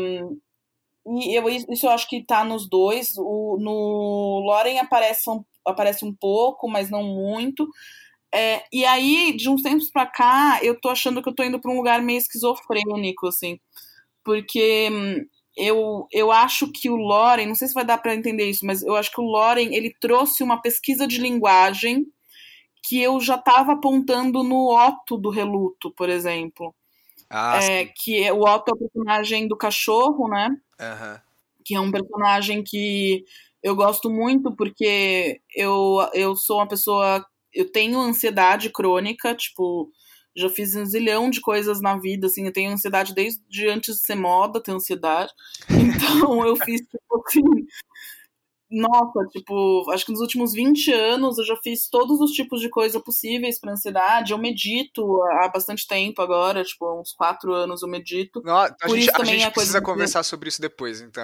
Speaker 2: isso eu acho que tá nos dois. No Loren aparece um pouco, mas não muito. E aí, de uns tempos pra cá, eu tô achando que eu tô indo pra um lugar meio esquizofrênico, assim. Porque eu acho que o Loren, não sei se vai dar pra entender isso, mas eu acho que o Loren, ele trouxe uma pesquisa de linguagem que eu já tava apontando no Otto do Reluto, por exemplo.
Speaker 1: Ah, sim.
Speaker 2: O Otto é o personagem do cachorro, né?
Speaker 1: Aham.
Speaker 2: Que é um personagem que eu gosto muito porque eu sou uma pessoa. Eu tenho ansiedade crônica, tipo, já fiz um zilhão de coisas na vida, assim, eu tenho ansiedade desde antes de ser moda, ter ansiedade. Então eu fiz, tipo, assim, nossa, tipo, acho que nos últimos 20 anos eu já fiz todos os tipos de coisa possíveis para ansiedade. Eu medito há bastante tempo agora, tipo, há uns 4 anos eu medito.
Speaker 1: A
Speaker 2: Por
Speaker 1: gente,
Speaker 2: isso
Speaker 1: a
Speaker 2: também
Speaker 1: gente
Speaker 2: a coisa
Speaker 1: precisa
Speaker 2: do
Speaker 1: conversar sobre isso depois, então.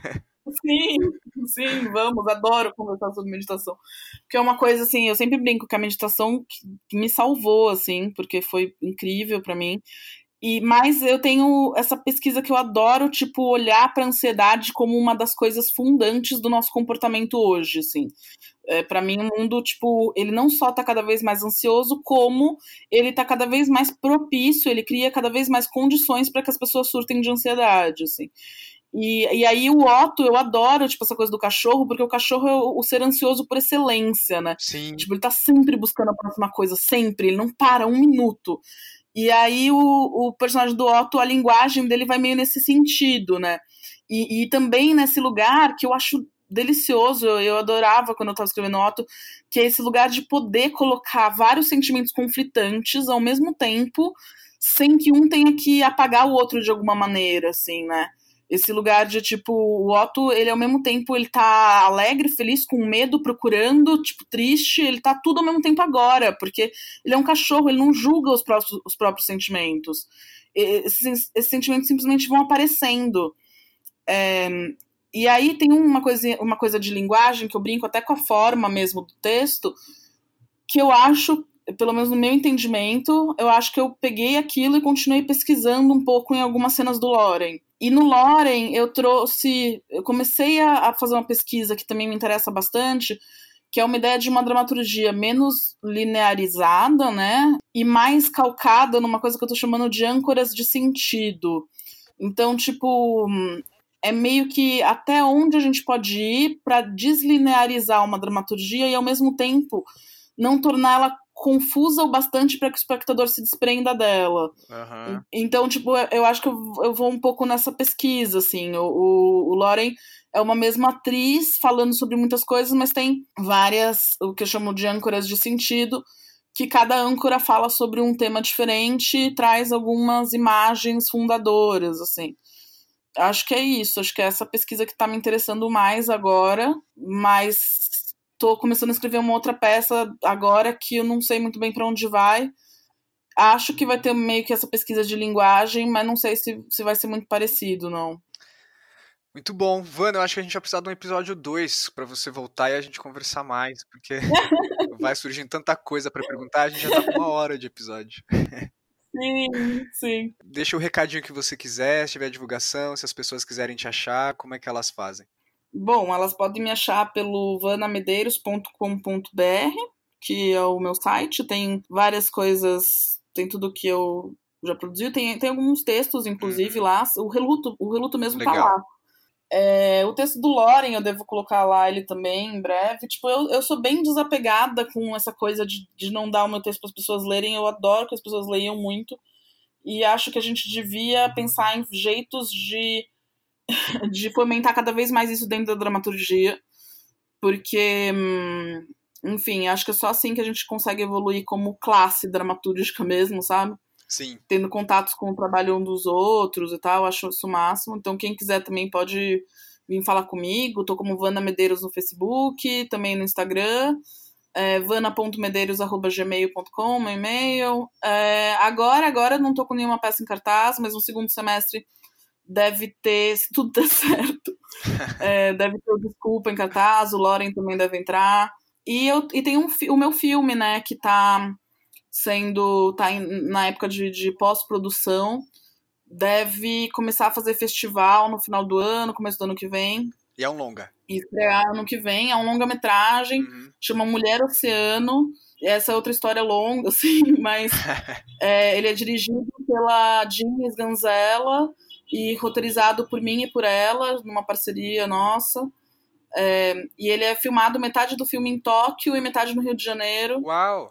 Speaker 2: sim, sim, vamos, adoro conversar sobre meditação. Porque é uma coisa assim, eu sempre brinco que a meditação que me salvou, assim, porque foi incrível pra mim. Mas eu tenho essa pesquisa que eu adoro, tipo, olhar pra ansiedade como uma das coisas fundantes do nosso comportamento hoje, assim. Para mim, o mundo, tipo, ele não só tá cada vez mais ansioso, como ele tá cada vez mais propício, ele cria cada vez mais condições para que as pessoas surtem de ansiedade, assim. E aí o Otto, eu adoro, tipo, essa coisa do cachorro, porque o cachorro é o ser ansioso por excelência, né?
Speaker 1: Sim.
Speaker 2: Tipo, ele tá sempre buscando a próxima coisa, sempre, ele não para um minuto. E aí o personagem do Otto, a linguagem dele vai meio nesse sentido, né? E também nesse lugar que eu acho delicioso, eu adorava quando eu tava escrevendo Otto, que é esse lugar de poder colocar vários sentimentos conflitantes ao mesmo tempo, sem que um tenha que apagar o outro de alguma maneira, assim, né? Esse lugar de, tipo, o Otto, ele ao mesmo tempo, ele tá alegre, feliz, com medo, procurando, tipo, triste, ele tá tudo ao mesmo tempo agora, porque ele é um cachorro, ele não julga os próprios sentimentos. Esses sentimentos simplesmente vão aparecendo. É, e aí tem uma coisa de linguagem que eu brinco até com a forma mesmo do texto, que eu acho, pelo menos no meu entendimento, eu acho que eu peguei aquilo e continuei pesquisando um pouco em algumas cenas do Loren. E no Loren eu comecei a fazer uma pesquisa que também me interessa bastante, que é uma ideia de uma dramaturgia menos linearizada, né? E mais calcada numa coisa que eu tô chamando de âncoras de sentido. Então, tipo, é meio que até onde a gente pode ir para deslinearizar uma dramaturgia e ao mesmo tempo não torná-la confusa o bastante para que o espectador se desprenda dela.
Speaker 1: Aham.
Speaker 2: Então, tipo, eu acho que eu vou um pouco nessa pesquisa, assim. O Loren é uma mesma atriz falando sobre muitas coisas, mas tem várias, o que eu chamo de âncoras de sentido, que cada âncora fala sobre um tema diferente e traz algumas imagens fundadoras, assim. Acho que é isso, acho que é essa pesquisa que está me interessando mais agora, mas tô começando a escrever uma outra peça agora que eu não sei muito bem para onde vai. Acho que vai ter meio que essa pesquisa de linguagem, mas não sei se vai ser muito parecido, não.
Speaker 1: Muito bom. Vana, eu acho que a gente vai precisar de um episódio 2 para você voltar e a gente conversar mais, porque vai surgindo tanta coisa para perguntar, a gente já tá com 1 hora de episódio.
Speaker 2: Sim, sim.
Speaker 1: Deixa o recadinho que você quiser, se tiver divulgação, se as pessoas quiserem te achar, como é que elas fazem?
Speaker 2: Bom, elas podem me achar pelo vanamedeiros.com.br, que é o meu site. Tem várias coisas, tem tudo que eu já produzi. Tem alguns textos, inclusive,
Speaker 1: Uhum.
Speaker 2: lá. O Reluto mesmo tá
Speaker 1: Legal.
Speaker 2: lá. O texto do Loren eu devo colocar lá ele também em breve. Tipo, eu sou bem desapegada com essa coisa de não dar o meu texto para as pessoas lerem. Eu adoro que as pessoas leiam muito. E acho que a gente devia pensar em jeitos de fomentar cada vez mais isso dentro da dramaturgia. Porque, enfim, acho que é só assim que a gente consegue evoluir como classe dramatúrgica mesmo, sabe?
Speaker 1: Sim.
Speaker 2: Tendo contatos com o trabalho um dos outros e tal, acho isso o máximo. Então, quem quiser também pode vir falar comigo. Tô como Vana Medeiros no Facebook, também no Instagram. vana.medeiros@gmail.com, meu e-mail. Agora não tô com nenhuma peça em cartaz, mas no segundo semestre deve ter, se tudo der certo, deve ter o Desculpa em cartaz, o Loren também deve entrar. E tem o meu filme, né, que tá na época de pós-produção, deve começar a fazer festival no final do ano, começo do ano que vem,
Speaker 1: E é um longa.
Speaker 2: e estrear ano que vem. É um longa-metragem,
Speaker 1: Uhum.
Speaker 2: chama Mulher Oceano. Essa é outra história longa, assim, mas ele é dirigido pela Jean Sganzella e roteirizado por mim e por ela, numa parceria nossa. E ele é filmado metade do filme em Tóquio e metade no Rio de Janeiro.
Speaker 1: Uau!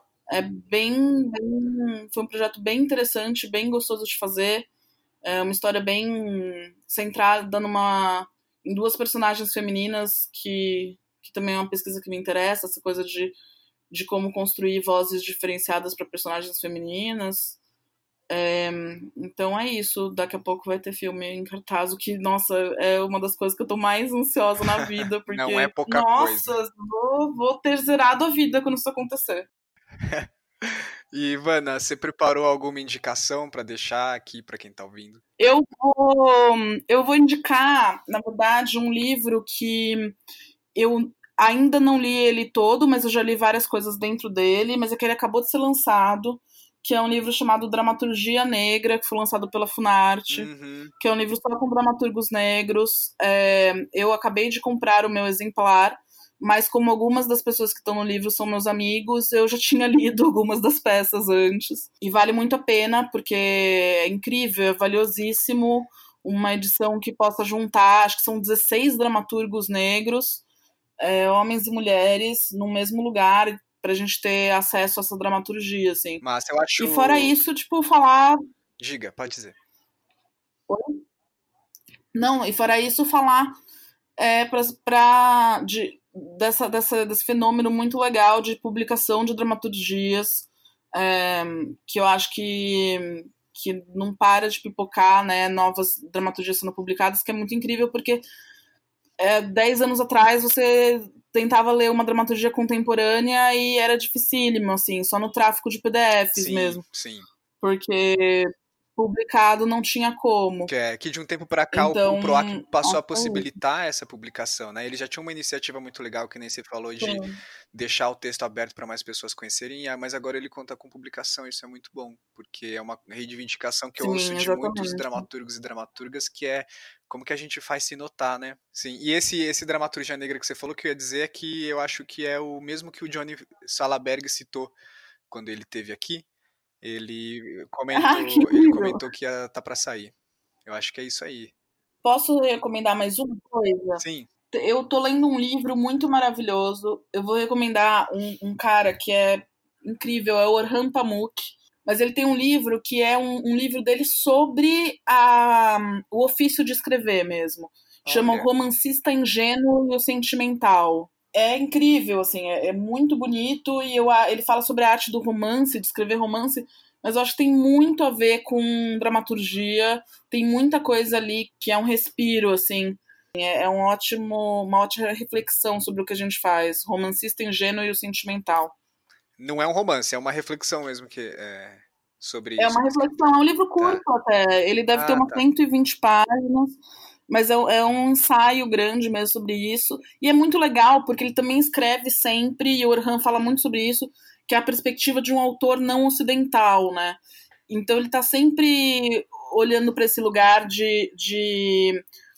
Speaker 2: Foi um projeto bem interessante, bem gostoso de fazer. É uma história bem centrada em duas personagens femininas que também é uma pesquisa que me interessa, essa coisa de como construir vozes diferenciadas para personagens femininas. Então é isso, daqui a pouco vai ter filme em cartaz, o que, nossa, é uma das coisas que eu tô mais ansiosa na vida,
Speaker 1: Não é
Speaker 2: porque,
Speaker 1: pouca coisa.
Speaker 2: nossa, vou ter zerado a vida quando isso acontecer.
Speaker 1: E, Ivana, você preparou alguma indicação para deixar aqui para quem tá ouvindo?
Speaker 2: Eu vou indicar, na verdade, um livro que eu ainda não li ele todo, mas eu já li várias coisas dentro dele, mas é que ele acabou de ser lançado, que é um livro chamado Dramaturgia Negra, que foi lançado pela Funarte,
Speaker 1: Uhum.
Speaker 2: que é um livro só com dramaturgos negros. Eu acabei de comprar o meu exemplar, mas como algumas das pessoas que estão no livro são meus amigos, eu já tinha lido algumas das peças antes. E vale muito a pena, porque é incrível, é valiosíssimo uma edição que possa juntar, acho que são 16 dramaturgos negros, homens e mulheres, no mesmo lugar, pra gente ter acesso a essa dramaturgia, assim.
Speaker 1: Mas eu
Speaker 2: E fora
Speaker 1: acho.
Speaker 2: isso, tipo, falar.
Speaker 1: Diga, pode dizer.
Speaker 2: Não, e fora isso, falar desse fenômeno muito legal de publicação de dramaturgias, que eu acho que não para de pipocar, né, novas dramaturgias sendo publicadas, que é muito incrível, porque 10 anos atrás você tentava ler uma dramaturgia contemporânea e era dificílimo, assim, só no tráfico de PDFs
Speaker 1: Sim,
Speaker 2: mesmo,
Speaker 1: sim.
Speaker 2: porque publicado não tinha como.
Speaker 1: Que de um tempo para cá o
Speaker 2: Então,
Speaker 1: PROAC passou a
Speaker 2: acho
Speaker 1: possibilitar essa publicação, né? Ele já tinha uma iniciativa muito legal, que nem você falou, de
Speaker 2: que
Speaker 1: deixar o texto aberto para mais pessoas conhecerem, mas agora ele conta com publicação, isso é muito bom, porque é uma reivindicação que eu ouço
Speaker 2: sim,
Speaker 1: de muitos
Speaker 2: exatamente.
Speaker 1: dramaturgos e dramaturgas, que é como que a gente faz se notar, né? Sim, e esse dramaturgia negra que você falou, que eu ia dizer é que eu acho que é o mesmo que o Johnny Salaberg citou quando ele esteve aqui. Ele
Speaker 2: Ah, que incrível!
Speaker 1: comentou que ia tá para sair. Eu acho que é isso aí.
Speaker 2: Posso recomendar mais uma coisa?
Speaker 1: Sim.
Speaker 2: Eu tô lendo um livro muito maravilhoso. Eu vou recomendar um cara que é incrível, é o Orhan Pamuk. Mas ele tem um livro que é um livro dele sobre o ofício de escrever mesmo. Chama O
Speaker 1: Olha.
Speaker 2: Romancista Ingênuo e o Sentimental. É incrível, assim, é muito bonito e ele fala sobre a arte do romance, de escrever romance, mas eu acho que tem muito a ver com dramaturgia, tem muita coisa ali que é um respiro, assim, uma ótima reflexão sobre o que a gente faz. Romancista ingênuo e o sentimental.
Speaker 1: Não é um romance, é uma reflexão mesmo que é sobre
Speaker 2: É
Speaker 1: isso
Speaker 2: uma
Speaker 1: que você
Speaker 2: reflexão, é um livro
Speaker 1: tá.
Speaker 2: curto até. Ele deve ter
Speaker 1: Ah,
Speaker 2: umas
Speaker 1: tá.
Speaker 2: 120 páginas, mas é um ensaio grande mesmo sobre isso. E é muito legal, porque ele também escreve sempre, e o Orhan fala muito sobre isso, que é a perspectiva de um autor não ocidental, né? Então ele está sempre olhando para esse lugar de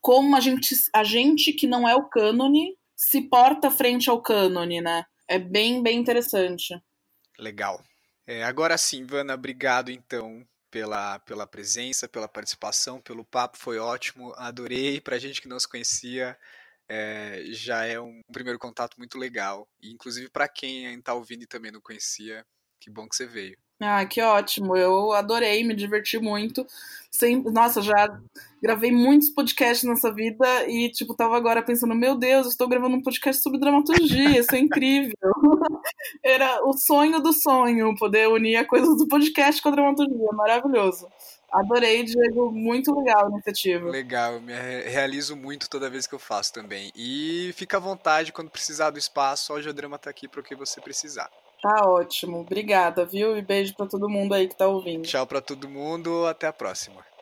Speaker 2: como a gente que não é o cânone se porta frente ao cânone, né? É bem, bem interessante.
Speaker 1: Legal. Agora sim, Ivana, obrigado então pela presença, pela participação, pelo papo, foi ótimo, adorei. Pra gente que não se conhecia, já é um primeiro contato muito legal. E, inclusive para quem está ouvindo e também não conhecia, que bom que você veio.
Speaker 2: Ah, que ótimo. Eu adorei, me diverti muito. Nossa, já gravei muitos podcasts nessa vida e, tipo, tava agora pensando, meu Deus, estou gravando um podcast sobre dramaturgia, isso é incrível. Era o sonho do sonho, poder unir a coisa do podcast com a dramaturgia, maravilhoso. Adorei, Diego, muito legal a iniciativa.
Speaker 1: Legal, eu me realizo muito toda vez que eu faço também. E fica à vontade, quando precisar do espaço, o Audiodrama tá aqui para o que você precisar.
Speaker 2: Tá ótimo, obrigada, viu? E beijo pra todo mundo aí que tá ouvindo.
Speaker 1: Tchau para todo mundo, até a próxima.